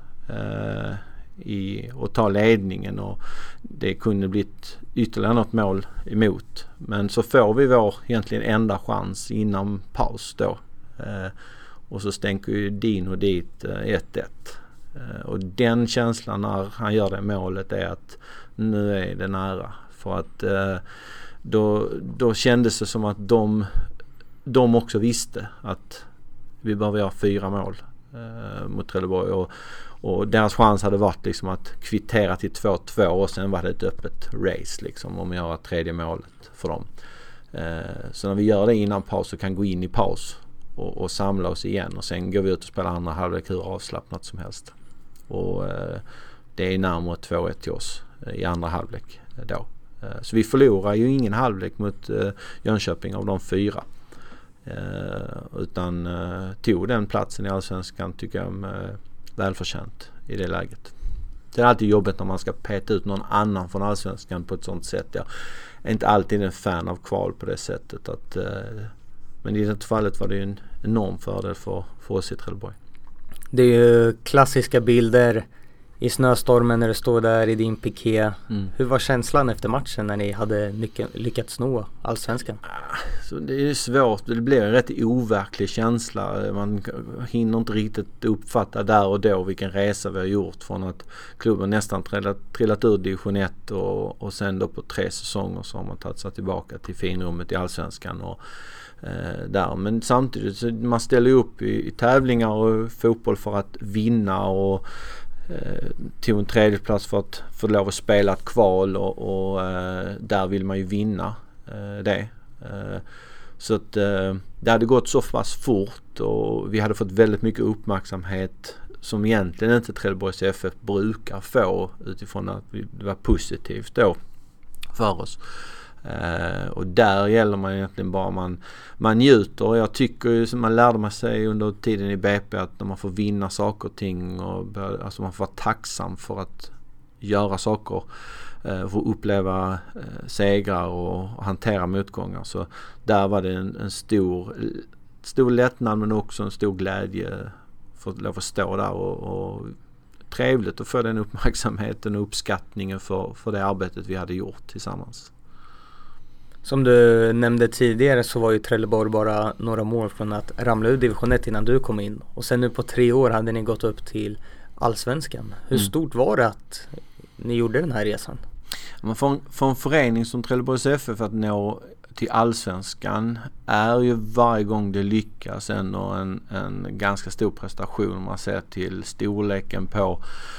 och ta ledningen, och det kunde blivit ytterligare något mål emot, men så får vi vår egentligen enda chans innan paus då, och så stänker ju Dino dit 1-1, och den känslan när han gör det målet är att nu är det nära, för att då kändes det som att de också visste att vi behöver göra 4 mål mot Trelleborg, och deras chans hade varit liksom att kvittera till 2-2, och sen var det ett öppet race liksom, om att göra 3:e målet för dem. Så när vi gör det innan paus och kan gå in i paus och samla oss igen och sen går vi ut och spelar andra halvlek hur avslappnat som helst. Och det är närmare 2-1 till oss i andra halvlek då. Så vi förlorar ju ingen halvlek mot Jönköping av de 4. Utan tog den platsen i Allsvenskan tycker jag välförtjänt i det läget. Det är alltid jobbigt när man ska peta ut någon annan från Allsvenskan på ett sånt sätt. Jag är inte alltid en fan av kval på det sättet. Men i det fallet var det ju en enorm fördel för oss i Trelleborg. Det är ju klassiska bilder i snöstormen när du står där i din piké. Hur var känslan efter matchen när ni hade lyckats nå Allsvenskan? Så det är svårt. Det blir en rätt overklig känsla. Man hinner inte riktigt uppfatta där och då vilken resa vi har gjort från att klubben nästan trillat ur division 1 och sen då på 3 säsonger så har man tagit sig tillbaka till finrummet i Allsvenskan och där. Men samtidigt så man ställer upp i tävlingar och fotboll för att vinna och tog en tredje plats för att få lov att spela ett kval och där vill man ju vinna det. Så att det hade gått så pass fort och vi hade fått väldigt mycket uppmärksamhet som egentligen inte Trelleborgs FF brukar få utifrån att det var positivt då för oss. Och där gäller man egentligen bara man njuter, och jag tycker ju som man lärde sig under tiden i BP att när man får vinna saker och ting och alltså man får vara tacksam för att göra saker, få uppleva segrar och hantera motgångar, så där var det en stor lättnad men också en stor glädje för att lov att stå där och trevligt att få den uppmärksamheten och uppskattningen för det arbetet vi hade gjort tillsammans. Som du nämnde tidigare så var ju Trelleborg bara några mål från att ramla ur division 1 innan du kom in. Och sen nu på 3 år hade ni gått upp till Allsvenskan. Hur stort var det att ni gjorde den här resan? Men för en förening som Trelleborgs FF att nå till Allsvenskan är ju varje gång det lyckas ändå en ganska stor prestation om man ser till storleken på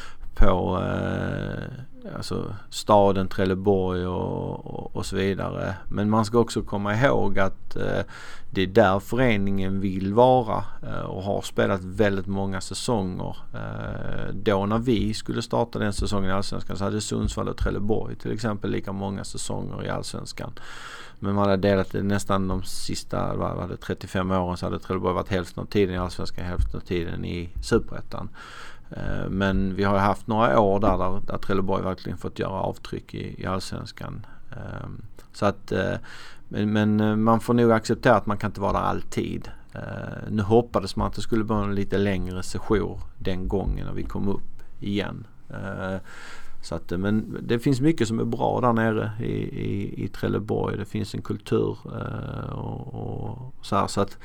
alltså staden Trelleborg och så vidare. Men man ska också komma ihåg att det är där föreningen vill vara och har spelat väldigt många säsonger. Då när vi skulle starta den säsongen i Allsvenskan så hade Sundsvall och Trelleborg till exempel lika många säsonger i Allsvenskan. Men man hade delat det nästan de sista 35 åren så hade Trelleborg varit hälften av tiden i Allsvenskan, hälften av tiden i Superettan. Men vi har haft några år där Trelleborg verkligen fått göra avtryck i Allsvenskan. Så att, men man får nog acceptera att man kan inte vara där alltid. Nu hoppades man att det skulle vara en lite längre session den gången när vi kom upp igen. Så att, men det finns mycket som är bra där nere i Trelleborg. Det finns en kultur och så här, så att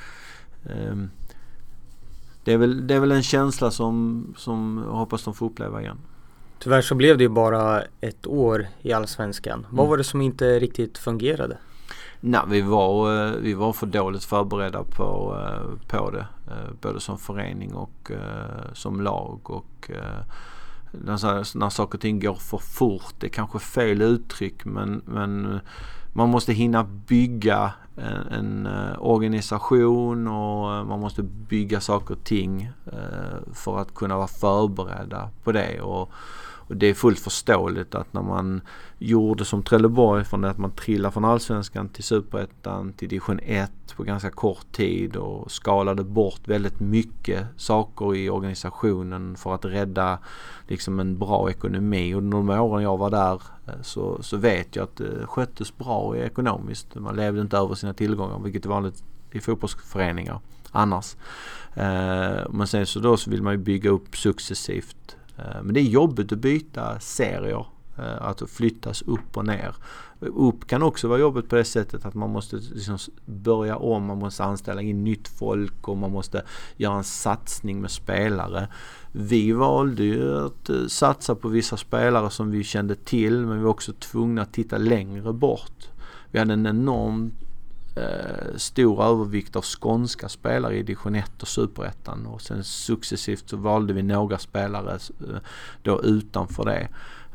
det är väl en känsla som jag hoppas de får uppleva igen. Tyvärr så blev det ju bara 1 år i Allsvenskan. Vad var det som inte riktigt fungerade? Nej, vi var för dåligt förberedda på det. Både som förening och som lag. Och när saker och ting går för fort, det är kanske fel uttryck, men man måste hinna bygga en organisation och man måste bygga saker och ting för att kunna vara förberedda på det, och det är fullt förståeligt att när man gjorde som Trelleborg från det att man trillade från Allsvenskan till Superettan till division 1 på ganska kort tid och skalade bort väldigt mycket saker i organisationen för att rädda liksom en bra ekonomi, och de åren jag var där så vet jag att det sköttes bra ekonomiskt. Man levde inte över sina tillgångar, vilket är vanligt i fotbollsföreningar annars. Men sen så vill man ju bygga upp successivt. Men det är jobbigt att byta serier, att flyttas upp och ner. Upp kan också vara jobbigt på det sättet att man måste liksom börja om, man måste anställa in nytt folk och man måste göra en satsning med spelare. Vi valde ju att satsa på vissa spelare som vi kände till, men vi var också tvungna att titta längre bort. Vi hade en enorm stor övervikt av skånska spelare i division 1 och Superettan, och sen successivt så valde vi några spelare då utanför det.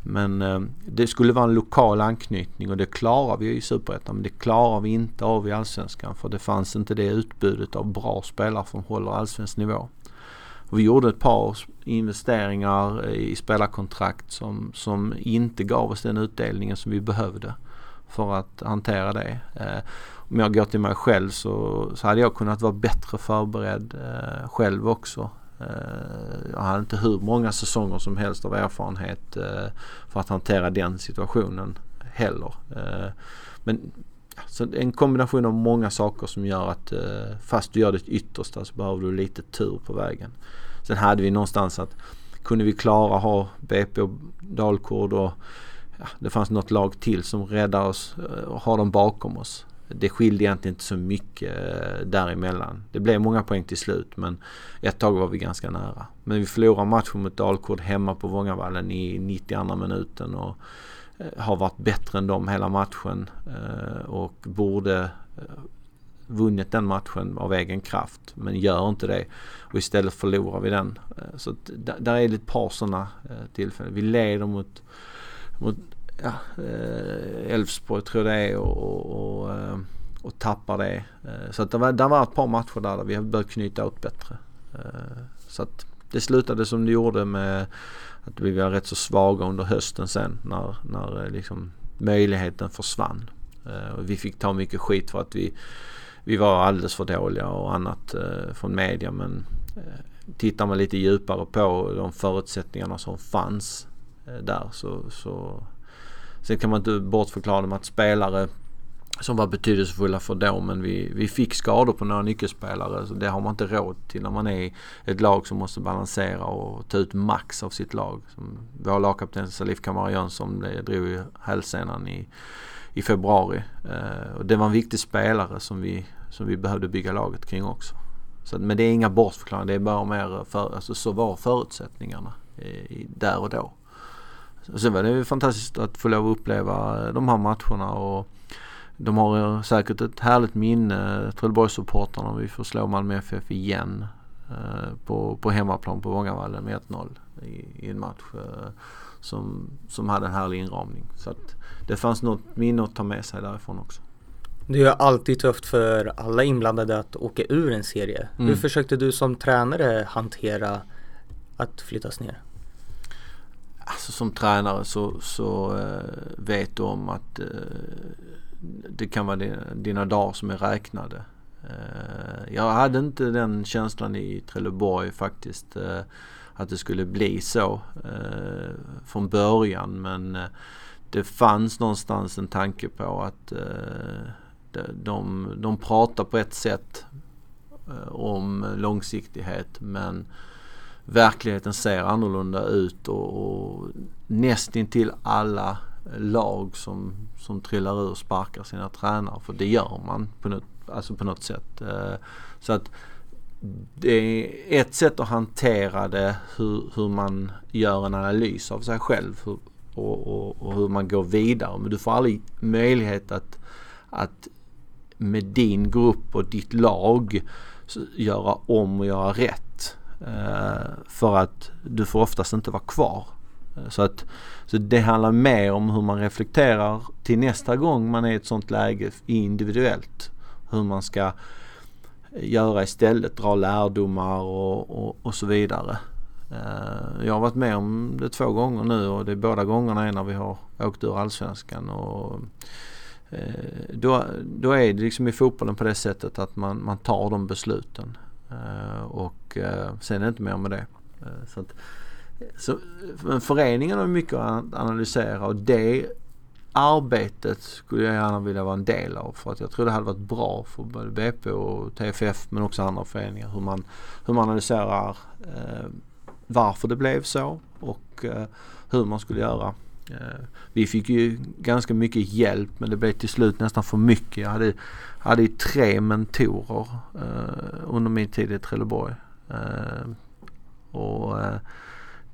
Men det skulle vara en lokal anknytning och det klarar vi i Superettan, men det klarar vi inte av i Allsvenskan, för det fanns inte det utbudet av bra spelare som håller allsvensk nivå. Och vi gjorde ett par investeringar i spelarkontrakt som inte gav oss den utdelningen som vi behövde för att hantera det. Om jag går till mig själv så hade jag kunnat vara bättre förberedd själv också. Jag hade inte hur många säsonger som helst av erfarenhet för att hantera den situationen heller. Men så en kombination av många saker som gör att fast du gör det yttersta så behöver du lite tur på vägen. Sen hade vi någonstans att kunde vi klara ha BP och Dalkurd och det fanns något lag till som räddade oss och ha dem bakom oss. Det skilde egentligen inte så mycket däremellan. Det blev många poäng till slut, men ett tag var vi ganska nära. Men vi förlorade matchen mot Dalkurd hemma på Vångavallen i 92 minuten och har varit bättre än dem hela matchen och borde vunnit den matchen av egen kraft, men gör inte det och istället förlorar vi den. Så där är det ett par sådana tillfällen. Vi leder mot Elfsborg tror jag det är och tappar det. Så att det var ett par matcher där vi har börjat knyta åt bättre. Så att det slutade som det gjorde med att vi var rätt så svaga under hösten sen när liksom möjligheten försvann. Vi fick ta mycket skit för att vi var alldeles för dåliga och annat från media, men tittar man lite djupare på de förutsättningarna som fanns där så sen kan man inte bortförklara dem att spelare som var betydelsefulla för dem, men vi fick skador på några nyckelspelare, så det har man inte råd till när man är ett lag som måste balansera och ta ut max av sitt lag. Som vår lagkapten Salif Kamara Jönsson drog ju hälsenan i februari. Och det var en viktig spelare som vi behövde bygga laget kring också. Så, men det är inga bortförklaringar, det är bara mer så var förutsättningarna där och då. Så var det ju fantastiskt att få lov att uppleva de här matcherna, och de har säkert ett härligt minne, Trelleborgssupportrarna, och vi får slå Malmö FF igen på hemmaplan på Vångavallen med 1-0 i en match som hade en härlig inramning. Så att det fanns något minne att ta med sig därifrån också. Det är ju alltid tufft för alla inblandade att åka ur en serie. Hur försökte du som tränare hantera att flyttas ner? Alltså som tränare så vet du om att det kan vara dina dagar som är räknade. Jag hade inte den känslan i Trelleborg faktiskt att det skulle bli så från början, men det fanns någonstans en tanke på att de pratar på ett sätt om långsiktighet, men verkligheten ser annorlunda ut och nästintill alla lag som trillar ur sparkar sina tränare, för det gör man på något sätt. Så att det är ett sätt att hantera det, hur man gör en analys av sig själv och hur man går vidare, men du får aldrig möjlighet att med din grupp och ditt lag göra om och göra rätt, för att du får oftast inte vara kvar. Så det handlar mer om hur man reflekterar till nästa gång man är i ett sånt läge individuellt, hur man ska göra istället, dra lärdomar och så vidare. Jag har varit med om det 2 gånger nu, och det är båda gångerna när vi har åkt ur Allsvenskan, och då är det liksom i fotbollen på det sättet att man tar de besluten, och sen är det inte mer med det. Men föreningen har mycket att analysera, och det arbetet skulle jag gärna vilja vara en del av, för att jag tror det hade varit bra för både BP och TFF, men också andra föreningar, hur man analyserar varför det blev så och hur man skulle göra. Vi fick ju ganska mycket hjälp, men det blev till slut nästan för mycket. Jag hade 3 mentorer under min tid i Trelleborg, och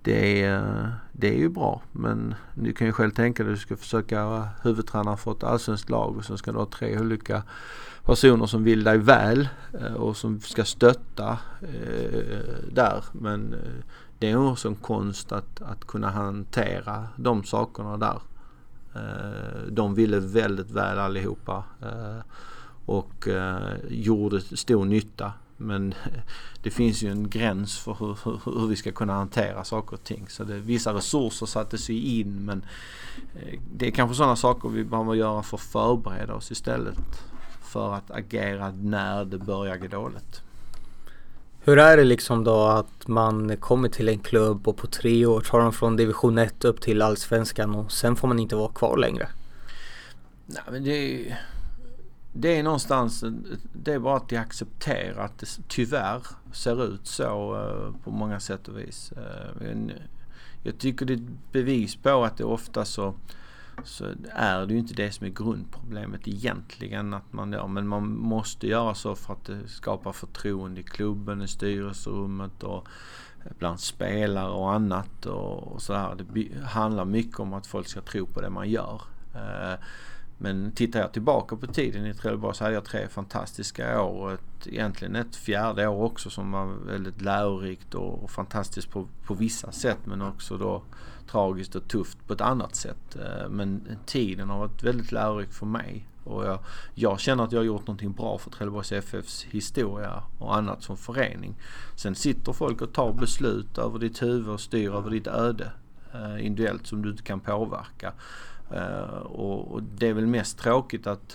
det är ju bra, men du kan ju själv tänka dig att du ska försöka vara huvudtränare för ett allsvenskt lag och så ska du ha 3 olika personer som vill dig väl och som ska stötta där, men det är också en konst att kunna hantera de sakerna där. De ville väldigt väl allihopa och gjorde stor nytta. Men det finns ju en gräns för hur vi ska kunna hantera saker och ting. Så vissa resurser sattes ju in, men det är kanske sådana saker vi behöver göra för att förbereda oss istället för att agera när det börjar gå dåligt. Hur är det liksom då att man kommer till en klubb och på 3 år tar de från division 1 upp till allsvenskan och sen får man inte vara kvar längre? Nej, men det är någonstans, det är bara att de accepterar att det tyvärr ser ut så på många sätt och vis. Jag tycker det är ett bevis på att det ofta så är det ju inte det som är grundproblemet egentligen att man gör, men man måste göra så för att det skapar förtroende i klubben, i styrelserummet och bland spelare och annat och så här. Det handlar mycket om att folk ska tro på det man gör. Men tittar jag tillbaka på tiden i Trelleborg så hade jag 3 fantastiska år och egentligen ett 4:e år också som var väldigt lärorikt och fantastiskt på vissa sätt, men också då tragiskt och tufft på ett annat sätt. Men tiden har varit väldigt lärorik för mig och jag känner att jag har gjort någonting bra för Trelleborgs FFs historia och annat som förening. Sen sitter folk och tar beslut över ditt huvud och styr över ditt öde individuellt som du inte kan påverka. Och det är väl mest tråkigt att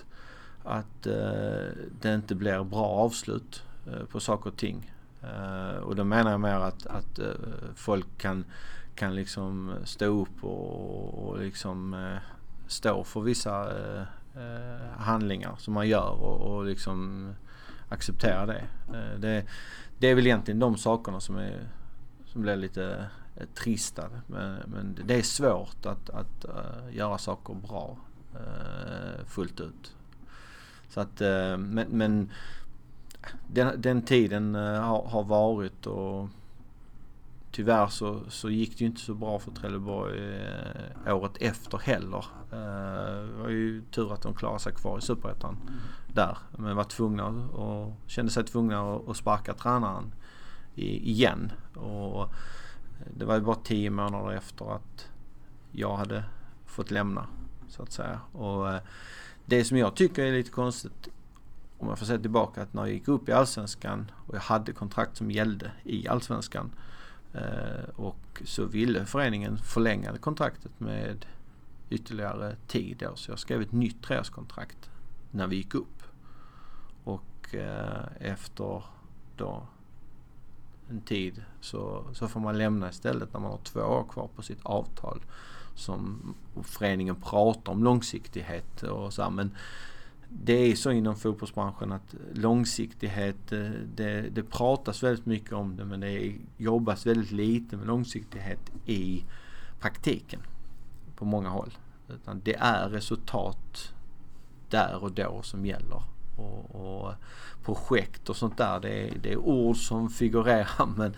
det inte blir bra avslut på saker och ting. Och då menar jag mer att folk kan liksom stå upp och liksom stå för vissa handlingar som man gör och liksom acceptera det. Det är väl egentligen de sakerna som blir lite tristare, men det är svårt att göra saker bra fullt ut. Så att men den tiden har varit, och tyvärr så gick det ju inte så bra för Trelleborg året efter heller. Det var ju tur att de klarade sig kvar i Superettan där, men var tvungna och kände sig tvungna att sparka tränaren igen, och det var ju bara 10 månader efter att jag hade fått lämna, så att säga. Och det som jag tycker är lite konstigt, om jag får se tillbaka, att när jag gick upp i Allsvenskan och jag hade kontrakt som gällde i Allsvenskan och så ville föreningen förlänga kontraktet med ytterligare tid då, så jag skrev ett nytt 3-årskontrakt när vi gick upp, och efter då en tid så får man lämna istället när man har 2 år kvar på sitt avtal, som föreningen pratar om långsiktighet och så här, men det är så inom fotbollsbranschen att långsiktighet, det pratas väldigt mycket om det, men det jobbas väldigt lite med långsiktighet i praktiken på många håll, utan det är resultat där och då som gäller. Och projekt och sånt där, det är ord som figurerar, men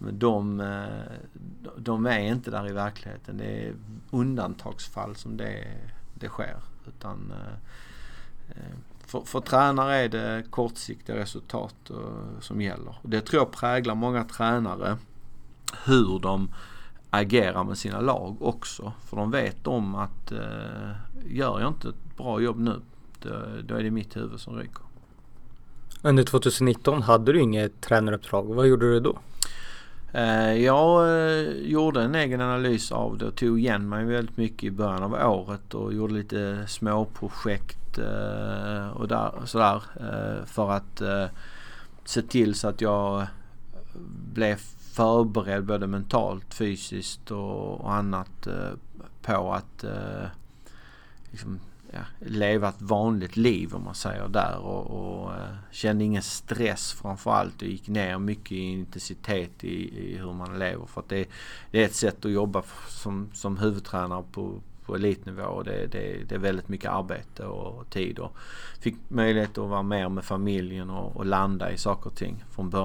de är inte där i verkligheten. Det är undantagsfall som det sker, utan för tränare är det kortsiktiga resultat som gäller. Och det tror jag präglar många tränare, hur de agerar med sina lag också, för de vet om att gör jag inte ett bra jobb nu, då är det mitt huvud som ryker. Under 2019 hade du inget tränaruppdrag. Vad gjorde du då? Jag gjorde en egen analys av det och tog igen mig väldigt mycket i början av året och gjorde lite småprojekt och sådär för att se till så att jag blev förberedd både mentalt, fysiskt och annat på att liksom leva ett vanligt liv, om man säger där, och kände ingen stress framförallt, och gick ner mycket i intensitet i hur man lever, för att det är ett sätt att jobba som huvudtränare på elitnivå, och det är väldigt mycket arbete och tid, och fick möjlighet att vara mer med familjen och landa i saker och ting från början.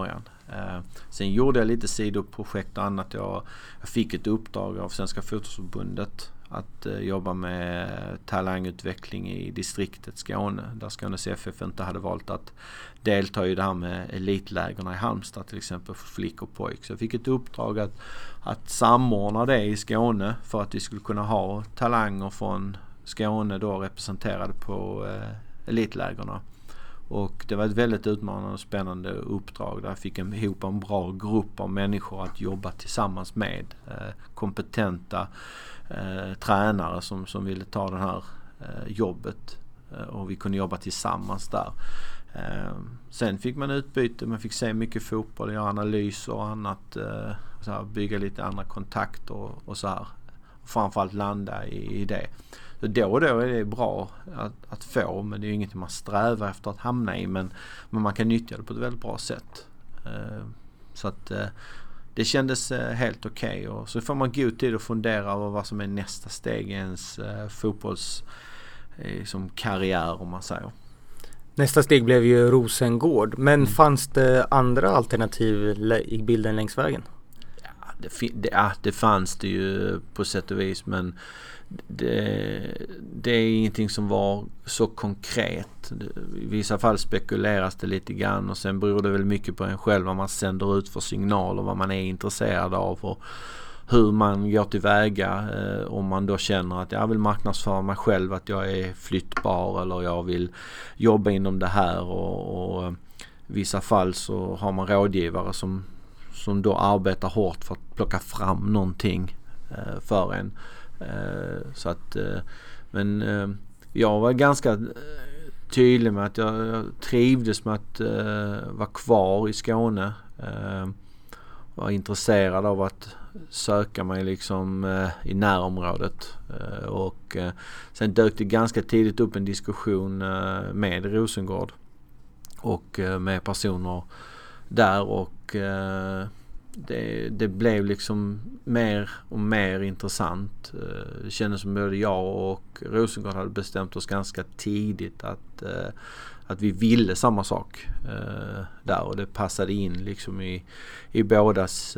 Sen gjorde jag lite sidoprojekt och annat. Jag fick ett uppdrag av Svenska Fotbollförbundet att jobba med talangutveckling i distriktet Skåne, där Skånes FF inte hade valt att delta i det här med elitlägerna i Halmstad till exempel för flickor och pojk. Så jag fick ett uppdrag att samordna det i Skåne för att vi skulle kunna ha talanger från Skåne då representerade på elitlägerna. Och det var ett väldigt utmanande och spännande uppdrag där jag fick ihop en bra grupp av människor att jobba tillsammans med. Kompetenta tränare som ville ta det här jobbet. Och vi kunde jobba tillsammans där. Sen fick man utbyte, man fick se mycket fotboll, göra analyser och annat. Så här, bygga lite andra kontakter och så här. Och framförallt landa i det. Så då och då är det bra att få, men det är ju inget man strävar efter att hamna i, men man kan nyttja det på ett väldigt bra sätt. Så att det kändes helt okej. Och så får man god tid att fundera över vad som är nästa steg i ens fotbolls som karriär, om man säger. Nästa steg blev ju Rosengård, men fanns det andra alternativ i bilden längs vägen? Det fanns det ju på sätt och vis, men det är ingenting som var så konkret. I vissa fall spekuleras det lite grann och sen beror det väl mycket på en själv vad man sänder ut för signaler, vad man är intresserad av och hur man går tillväga. Om man då känner att jag vill marknadsföra mig själv, att jag är flyttbar eller jag vill jobba inom det här och i vissa fall så har man rådgivare som då arbetar hårt för att plocka fram någonting för en. Så att, men jag var ganska tydlig med att jag trivdes med att vara kvar i Skåne. Var intresserad av att söka mig liksom i närområdet. Och sen dök det ganska tidigt upp en diskussion med Rosengård och med personer där och det blev liksom mer och mer intressant. Det kändes som både jag och Rosengård hade bestämt oss ganska tidigt att vi ville samma sak där, och det passade in liksom i bådas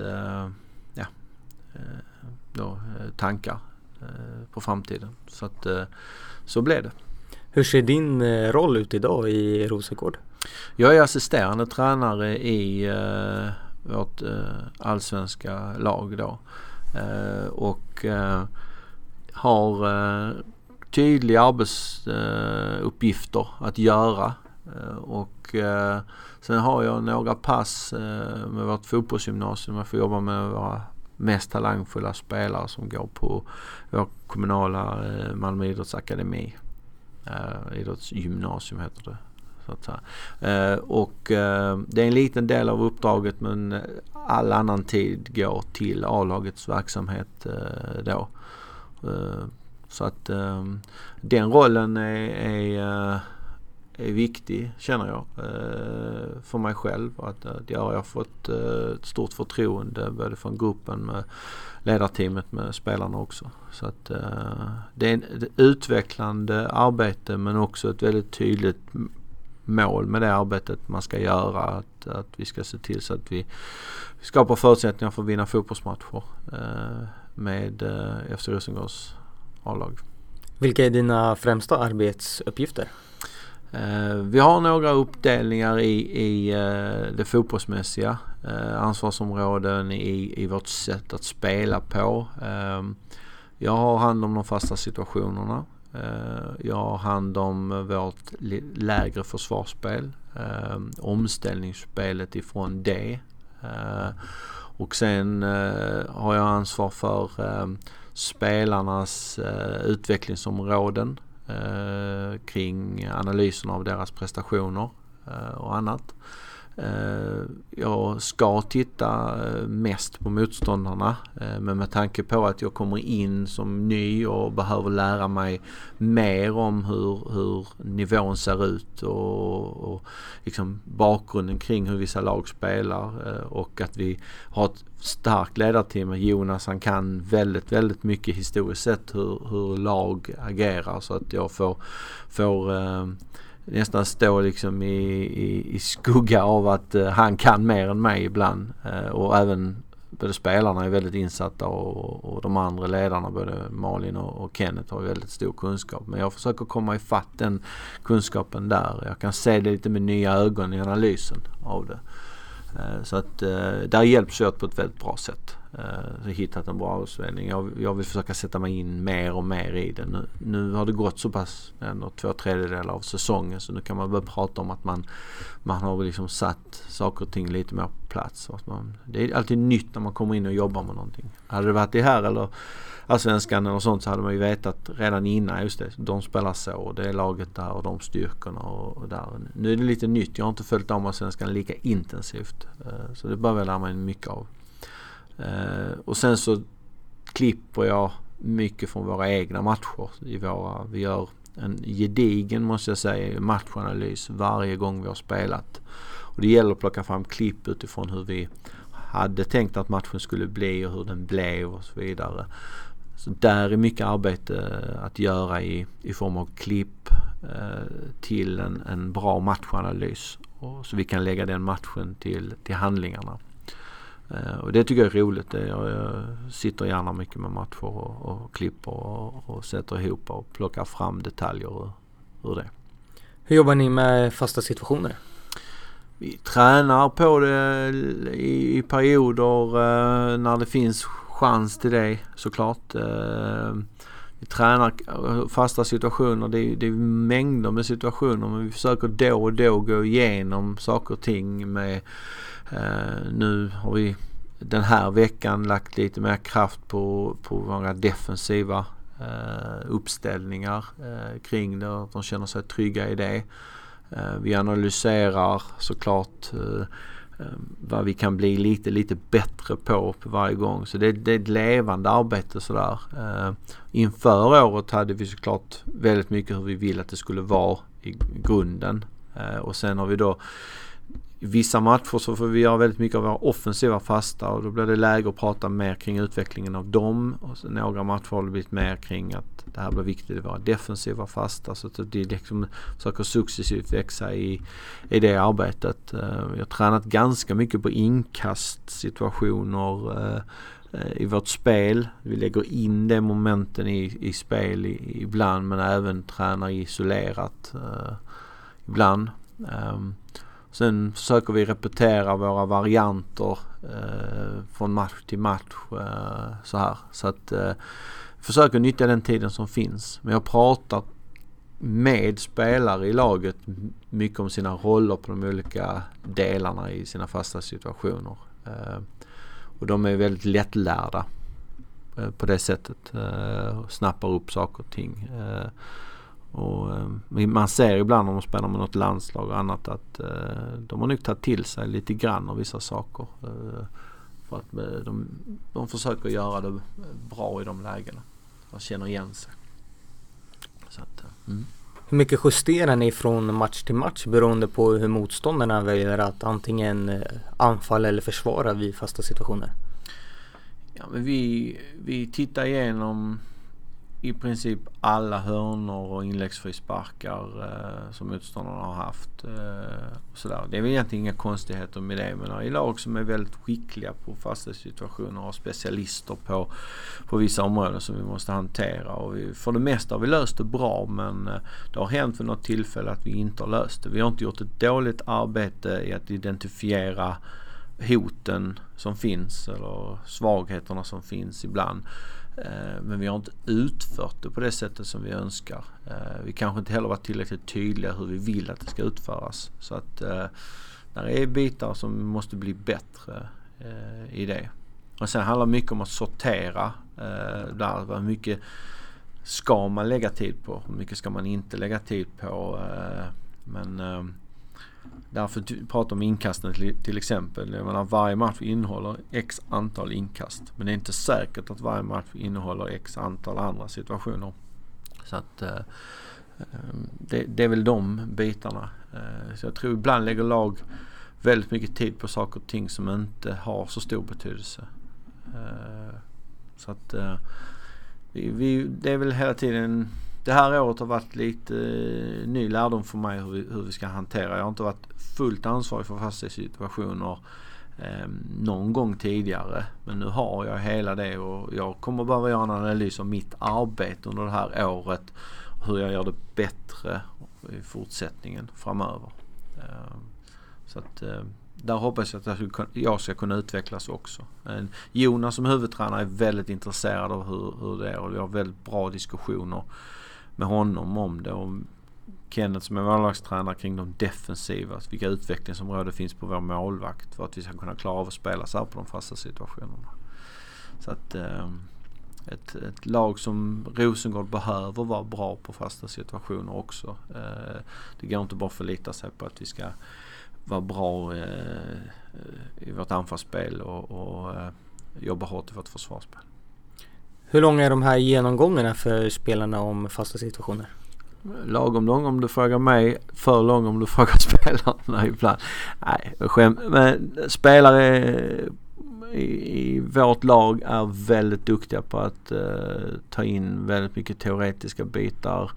tankar på framtiden. Så att så blev det. Hur ser din roll ut idag i Rosengård? Jag är assisterande tränare i vårt allsvenska lag då. Och har tydliga arbetsuppgifter att göra. Och sen har jag några pass med vårt fotbollsgymnasium. Jag får jobba med våra mest talangfulla spelare som går på vår kommunala Malmö idrottsakademi. Idrottsgymnasium heter det. Och det är en liten del av uppdraget, men all annan tid går till A-lagets verksamhet då. Så att den rollen är viktig, känner jag, för mig själv. Att jag har fått ett stort förtroende både från gruppen med ledarteamet med spelarna också. Så att det är ett utvecklande arbete, men också ett väldigt tydligt mål med det arbetet man ska göra, att vi ska se till så att vi skapar förutsättningar för att vinna fotbollsmatcher med FC Rosengårds A-lag. Vilka är dina främsta arbetsuppgifter? Vi har några uppdelningar i det fotbollsmässiga, ansvarsområden i vårt sätt att spela på. Jag har hand om de fasta situationerna. Jag har hand om vårt lägre försvarsspel, omställningsspelet ifrån det. Och sen har jag ansvar för spelarnas utvecklingsområden kring analysen av deras prestationer och annat. Jag ska titta mest på motståndarna, men med tanke på att jag kommer in som ny och behöver lära mig mer om hur nivån ser ut och liksom bakgrunden kring hur vissa lag spelar, och att vi har ett starkt ledarteam med Jonas. Han kan väldigt, väldigt mycket historiskt sett hur lag agerar, så att jag får nästan stå liksom i skugga av att han kan mer än mig ibland. Och även både spelarna är väldigt insatta och de andra ledarna, både Malin och Kenneth, har väldigt stor kunskap. Men jag försöker komma ifatt den kunskapen där. Jag kan se det lite med nya ögon i analysen av det. Så att där hjälps jag på ett väldigt bra sätt. Så hittat en bra avsvällning. Jag vill försöka sätta mig in mer och mer i det. Nu har det gått så pass 2/3 av säsongen, så nu kan man börja prata om att man har liksom satt saker och ting lite mer på plats. Det är alltid nytt när man kommer in och jobbar med någonting. Hade det varit det här eller Allsvenskan och sånt, så hade man ju vetat redan innan, just det, de spelar så, det är laget där och de styrkorna och där. Nu är det lite nytt, jag har inte följt Allsvenskan lika intensivt, så det behöver jag lära mig mycket av. Och sen så klipper jag mycket från våra egna matcher. Vi gör en gedigen, måste jag säga, matchanalys varje gång vi har spelat. Och det gäller att plocka fram klipp utifrån hur vi hade tänkt att matchen skulle bli och hur den blev och så vidare. Så där är mycket arbete att göra i form av klipp till en bra matchanalys. Och så vi kan lägga den matchen till handlingarna. Och det tycker jag är roligt. Jag sitter gärna mycket med matcher och klipper och sätter ihop och plockar fram detaljer ur det. Hur jobbar ni med fasta situationer? Vi tränar på det i perioder när det finns chans till det, såklart. Vi tränar fasta situationer. Det är mängder med situationer, men vi försöker då och då gå igenom saker och ting med. Nu har vi den här veckan lagt lite mer kraft på våra defensiva uppställningar kring det, att de känner sig trygga i det. Vi analyserar såklart vad vi kan bli lite bättre på varje gång. Så det är ett levande arbete sådär. Inför året hade vi såklart väldigt mycket hur vi vill att det skulle vara i grunden. Och sen har vi då vissa matcher så får vi göra väldigt mycket av våra offensiva fasta, och då blir det läge att prata mer kring utvecklingen av dem. Och så några matcher har det blivit mer kring att det här blir viktigt att vara defensiva fasta, så att det liksom försöker successivt växa i det arbetet. Vi har tränat ganska mycket på inkastsituationer i vårt spel. Vi lägger in de momenten i spel ibland, men även tränar isolerat ibland. Sen försöker vi repetera våra varianter från match till match så här. Så att försöker nyttja den tiden som finns. Men jag pratar med spelare i laget mycket om sina roller på de olika delarna i sina fasta situationer. Och de är väldigt lättlärda på det sättet. Snappar upp saker och ting. Och man ser ibland om de spelar med något landslag och annat att de har nog tagit till sig lite grann av vissa saker, för att de försöker göra det bra i de lägena och känner igen sig. Så att, Hur mycket justerar ni från match till match beroende på hur motståndarna väljer att antingen anfalla eller försvara vid fasta situationer? Ja, men vi tittar igenom i princip alla hörnor och inläggsfrisparkar som motståndarna har haft. Sådär. Det är väl egentligen inga konstigheter med det, men i lag som är väldigt skickliga på fasta situationer och specialister på vissa områden som vi måste hantera. Och för det mesta har vi löst det bra, men det har hänt för något tillfälle att vi inte har löst det. Vi har inte gjort ett dåligt arbete i att identifiera hoten som finns eller svagheterna som finns ibland. Men vi har inte utfört det på det sättet som vi önskar. Vi kanske inte heller varit tillräckligt tydliga hur vi vill att det ska utföras. Så att där är bitar som måste bli bättre i det. Och sen handlar det mycket om att sortera. Hur mycket ska man lägga tid på? Hur mycket ska man inte lägga tid på? Men därför pratar om inkasten till exempel. Jag menar, varje match innehåller x antal inkast. Men det är inte säkert att varje match innehåller x antal andra situationer. Så att det är väl de bitarna. Så jag tror ibland lägger lag väldigt mycket tid på saker och ting som inte har så stor betydelse. Så att det är väl hela tiden det här året har varit lite ny lärdom för mig hur vi ska hantera. Jag har inte varit fullt ansvarig för fasta situationer någon gång tidigare. Men nu har jag hela det och jag kommer bara göra en analys av mitt arbete under det här året. Hur jag gör det bättre i fortsättningen framöver. Så att där hoppas jag att jag ska kunna utvecklas också. Jonas som huvudtränare är väldigt intresserad av hur det är och vi har väldigt bra diskussioner med honom om det. Och Kenneth som är målvaktstränare kring de defensiva, vilka utvecklingsområden finns på vår målvakt för att vi ska kunna klara av att spela så här på de fasta situationerna. Så att ett lag som Rosengård behöver vara bra på fasta situationer också. Det går inte bara att förlita sig på att vi ska vara bra i vårt anfallsspel och jobba hårt i vårt försvarsspel. Hur långa är de här genomgångarna för spelarna om fasta situationer? Lagom lång om du frågar mig, för lång om du frågar spelarna ibland. Nej, men spelare i vårt lag är väldigt duktiga på att ta in väldigt mycket teoretiska bitar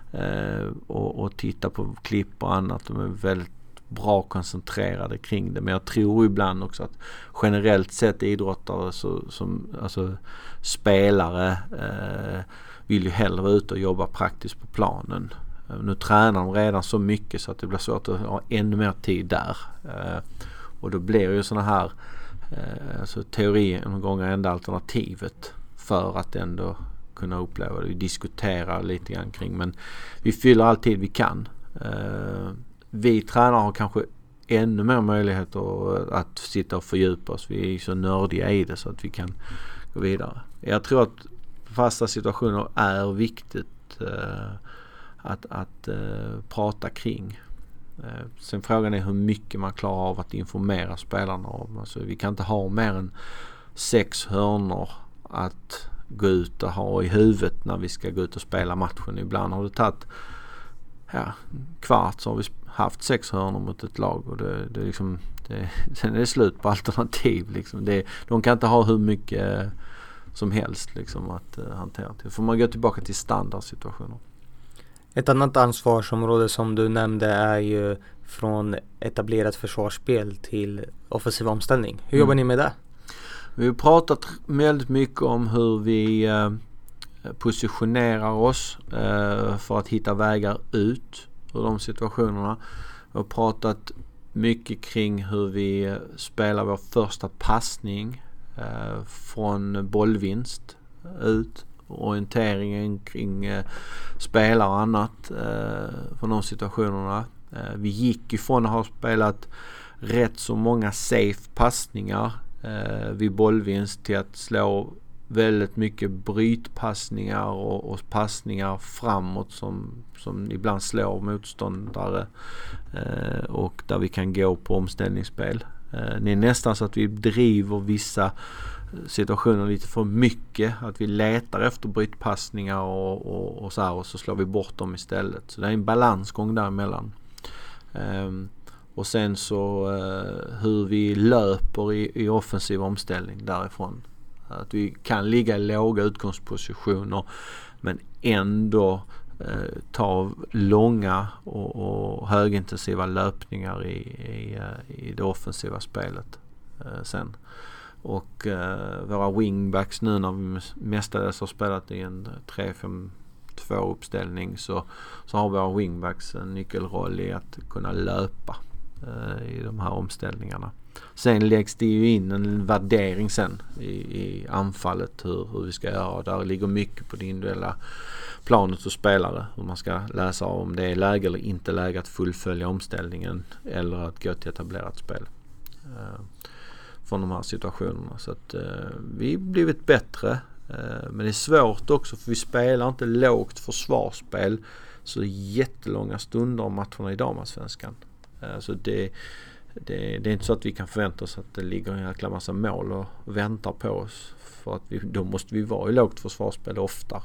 och titta på klipp och annat. De är väldigt bra koncentrerade kring det, men jag tror ibland också att generellt sett idrottare alltså spelare vill ju hellre vara ute och jobba praktiskt på planen. Nu tränar de redan så mycket så att det blir svårt att ha ännu mer tid där. Och då blir ju såna här alltså teori en gång enda alternativet för att ändå kunna uppleva det. Vi diskuterar lite grann kring, men vi fyller alltid vi kan. Vi tränare har kanske ännu mer möjligheter att sitta och fördjupa oss. Vi är så nördiga i det så att vi kan gå vidare. Jag tror att fasta situationer är viktigt att prata kring. Sen frågan är hur mycket man klarar av att informera spelarna om. Alltså, vi kan inte ha mer än 6 hörnor att gå ut och ha i huvudet när vi ska gå ut och spela matchen. Ibland har det tagit kvart så har vi haft 6 hörnor mot ett lag och det liksom, sen är det slut på alternativ. Liksom. De kan inte ha hur mycket som helst liksom, att hantera. Det får man gå tillbaka till standardsituationer. Ett annat ansvarsområde som du nämnde är ju från etablerat försvarsspel till offensiv omställning. Hur jobbar ni med det? Vi har pratat väldigt mycket om hur vi positionerar oss för att hitta vägar ut ur de situationerna. Vi har pratat mycket kring hur vi spelar vår första passning från bollvinst ut. Orienteringen kring spelare och annat från de situationerna. Vi gick ifrån att ha spelat rätt så många safe passningar vid bollvinst till att slå väldigt mycket brytpassningar och passningar framåt som ibland slår motståndare och där vi kan gå på omställningsspel. Det är nästan så att vi driver vissa situationer lite för mycket, att vi letar efter brytpassningar och så här, och så slår vi bort dem istället. Så det är en balansgång däremellan. Och sen så hur vi löper i offensiv omställning därifrån. Att vi kan ligga i låga utgångspositioner men ändå ta långa och högintensiva löpningar i det offensiva spelet sen. Och våra wingbacks nu när vi mestadels har spelat i en 3-5-2 uppställning så har våra wingbacks en nyckelroll i att kunna löpa i de här omställningarna. Sen läggs det ju in en värdering sen i anfallet hur vi ska göra. Där ligger mycket på det individuella planet och spelare. Hur man ska läsa om det är läge eller inte läge att fullfölja omställningen eller att gå till etablerat spel från de här situationerna. Så att vi har blivit bättre. Men det är svårt också för vi spelar inte lågt försvarsspel så jättelånga stunder om matcherna i damallsvenskan. Så det är inte så att vi kan förvänta oss att det ligger en jäkla massa mål och väntar på oss. För att då måste vi vara i lågt försvarsspel ofta.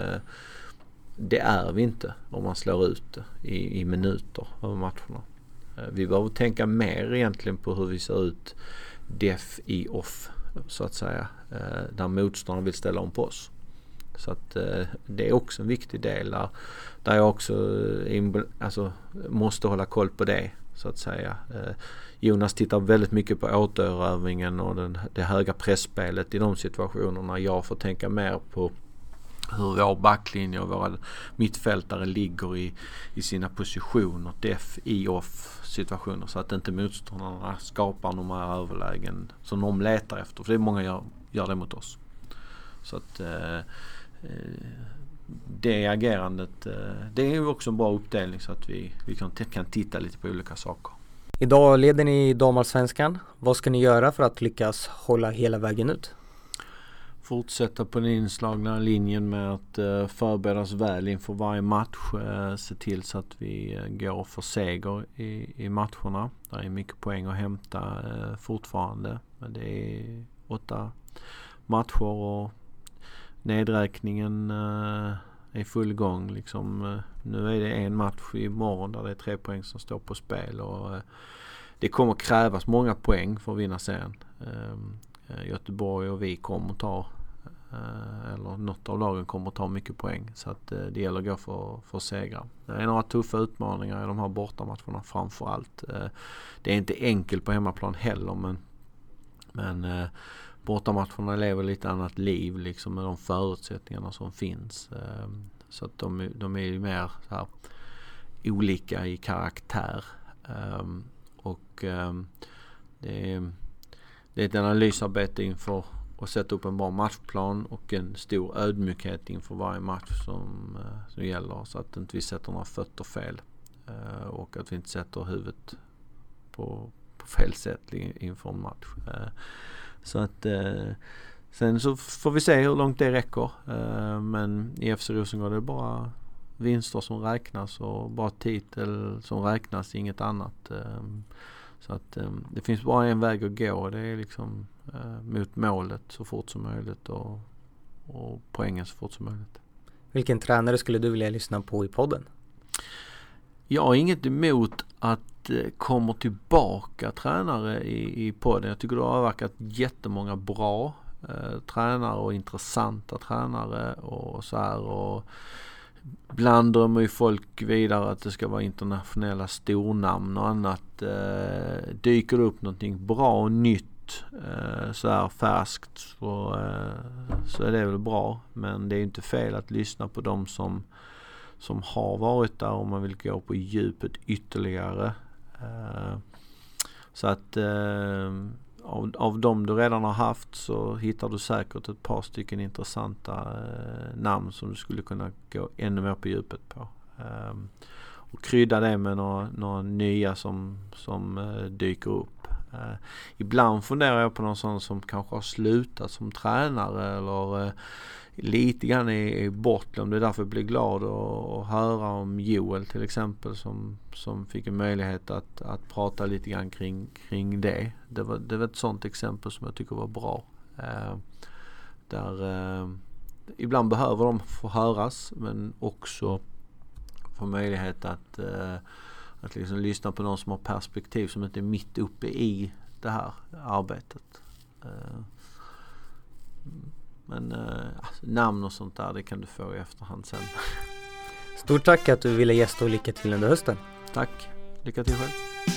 Det är vi inte om man slår ut det i minuter över matcherna. Vi behöver tänka mer egentligen på hur vi ser ut def i off så att säga. Där motståndaren vill ställa om på oss. Så att det är också en viktig del där jag också måste hålla koll på det, så att säga. Jonas tittar väldigt mycket på återövningen och det höga pressspelet i de situationerna. Jag får tänka mer på hur vår backlinje och våra mittfältare ligger i sina positioner, i off-situationer, så att inte motståndarna skapar några överlägen som de letar efter. För det är många gör det mot oss. Så att det agerandet, det är ju också en bra uppdelning så att vi kan titta lite på olika saker. Idag leder ni damallsvenskan. Vad ska ni göra för att lyckas hålla hela vägen ut? Fortsätta på den inslagna linjen med att förbereda oss väl inför varje match. Se till så att vi går för seger i matcherna. Det är mycket poäng att hämta fortfarande. Men det är 8 matcher och nedräkningen är full gång. Liksom, nu är det en match imorgon där det är 3 poäng som står på spel. Och det kommer krävas många poäng för att vinna serien. Göteborg och vi kommer ta eller något av lagen kommer ta mycket poäng, så att det gäller att gå för segrar. Det är några tuffa utmaningar i de här bortamatcherna framför allt. Det är inte enkelt på hemmaplan heller, men bortamatcherna lever lite annat liv liksom med de förutsättningarna som finns. Så att de är ju mer så här olika i karaktär. Det är ett analysarbete inför att sätta upp en bra matchplan och en stor ödmjukhet inför varje match som gäller, så att inte vi sätter några fötter fel och att vi inte sätter huvudet på fel sätt inför en match. Så att sen så får vi se hur långt det räcker, men i FC Rosengård är det bara vinster som räknas och bara titel som räknas, inget annat. Så att det finns bara en väg att gå, det är liksom mot målet så fort som möjligt och poängen så fort som möjligt. Vilken tränare skulle du vilja lyssna på i podden? Jag har inget emot att det kommer tillbaka tränare i podden. Jag tycker det har verkat jättemånga bra tränare och intressanta tränare och så här, och ibland drömmer ju folk vidare att det ska vara internationella stornamn och annat. Dyker det upp någonting bra och nytt så här färskt så är det väl bra, men det är inte fel att lyssna på dem som har varit där om man vill gå på djupet ytterligare. Så att av dem du redan har haft så hittar du säkert ett par stycken intressanta namn som du skulle kunna gå ännu mer på djupet på. Och krydda det med några nya som dyker upp. Ibland funderar jag på någon sån som kanske har slutat som tränare eller lite grann i bortglömd. Det är därför jag blir glad att höra om Joel till exempel som fick en möjlighet att prata lite grann kring det. Det var ett sånt exempel som jag tycker var bra. Ibland behöver de få höras, men också få möjlighet att liksom lyssna på någon som har perspektiv som inte är mitt uppe i det här arbetet. Men namn och sånt där, det kan du få i efterhand sen. Stort tack att du ville gästa och lycka till under hösten. Tack, lycka till själv.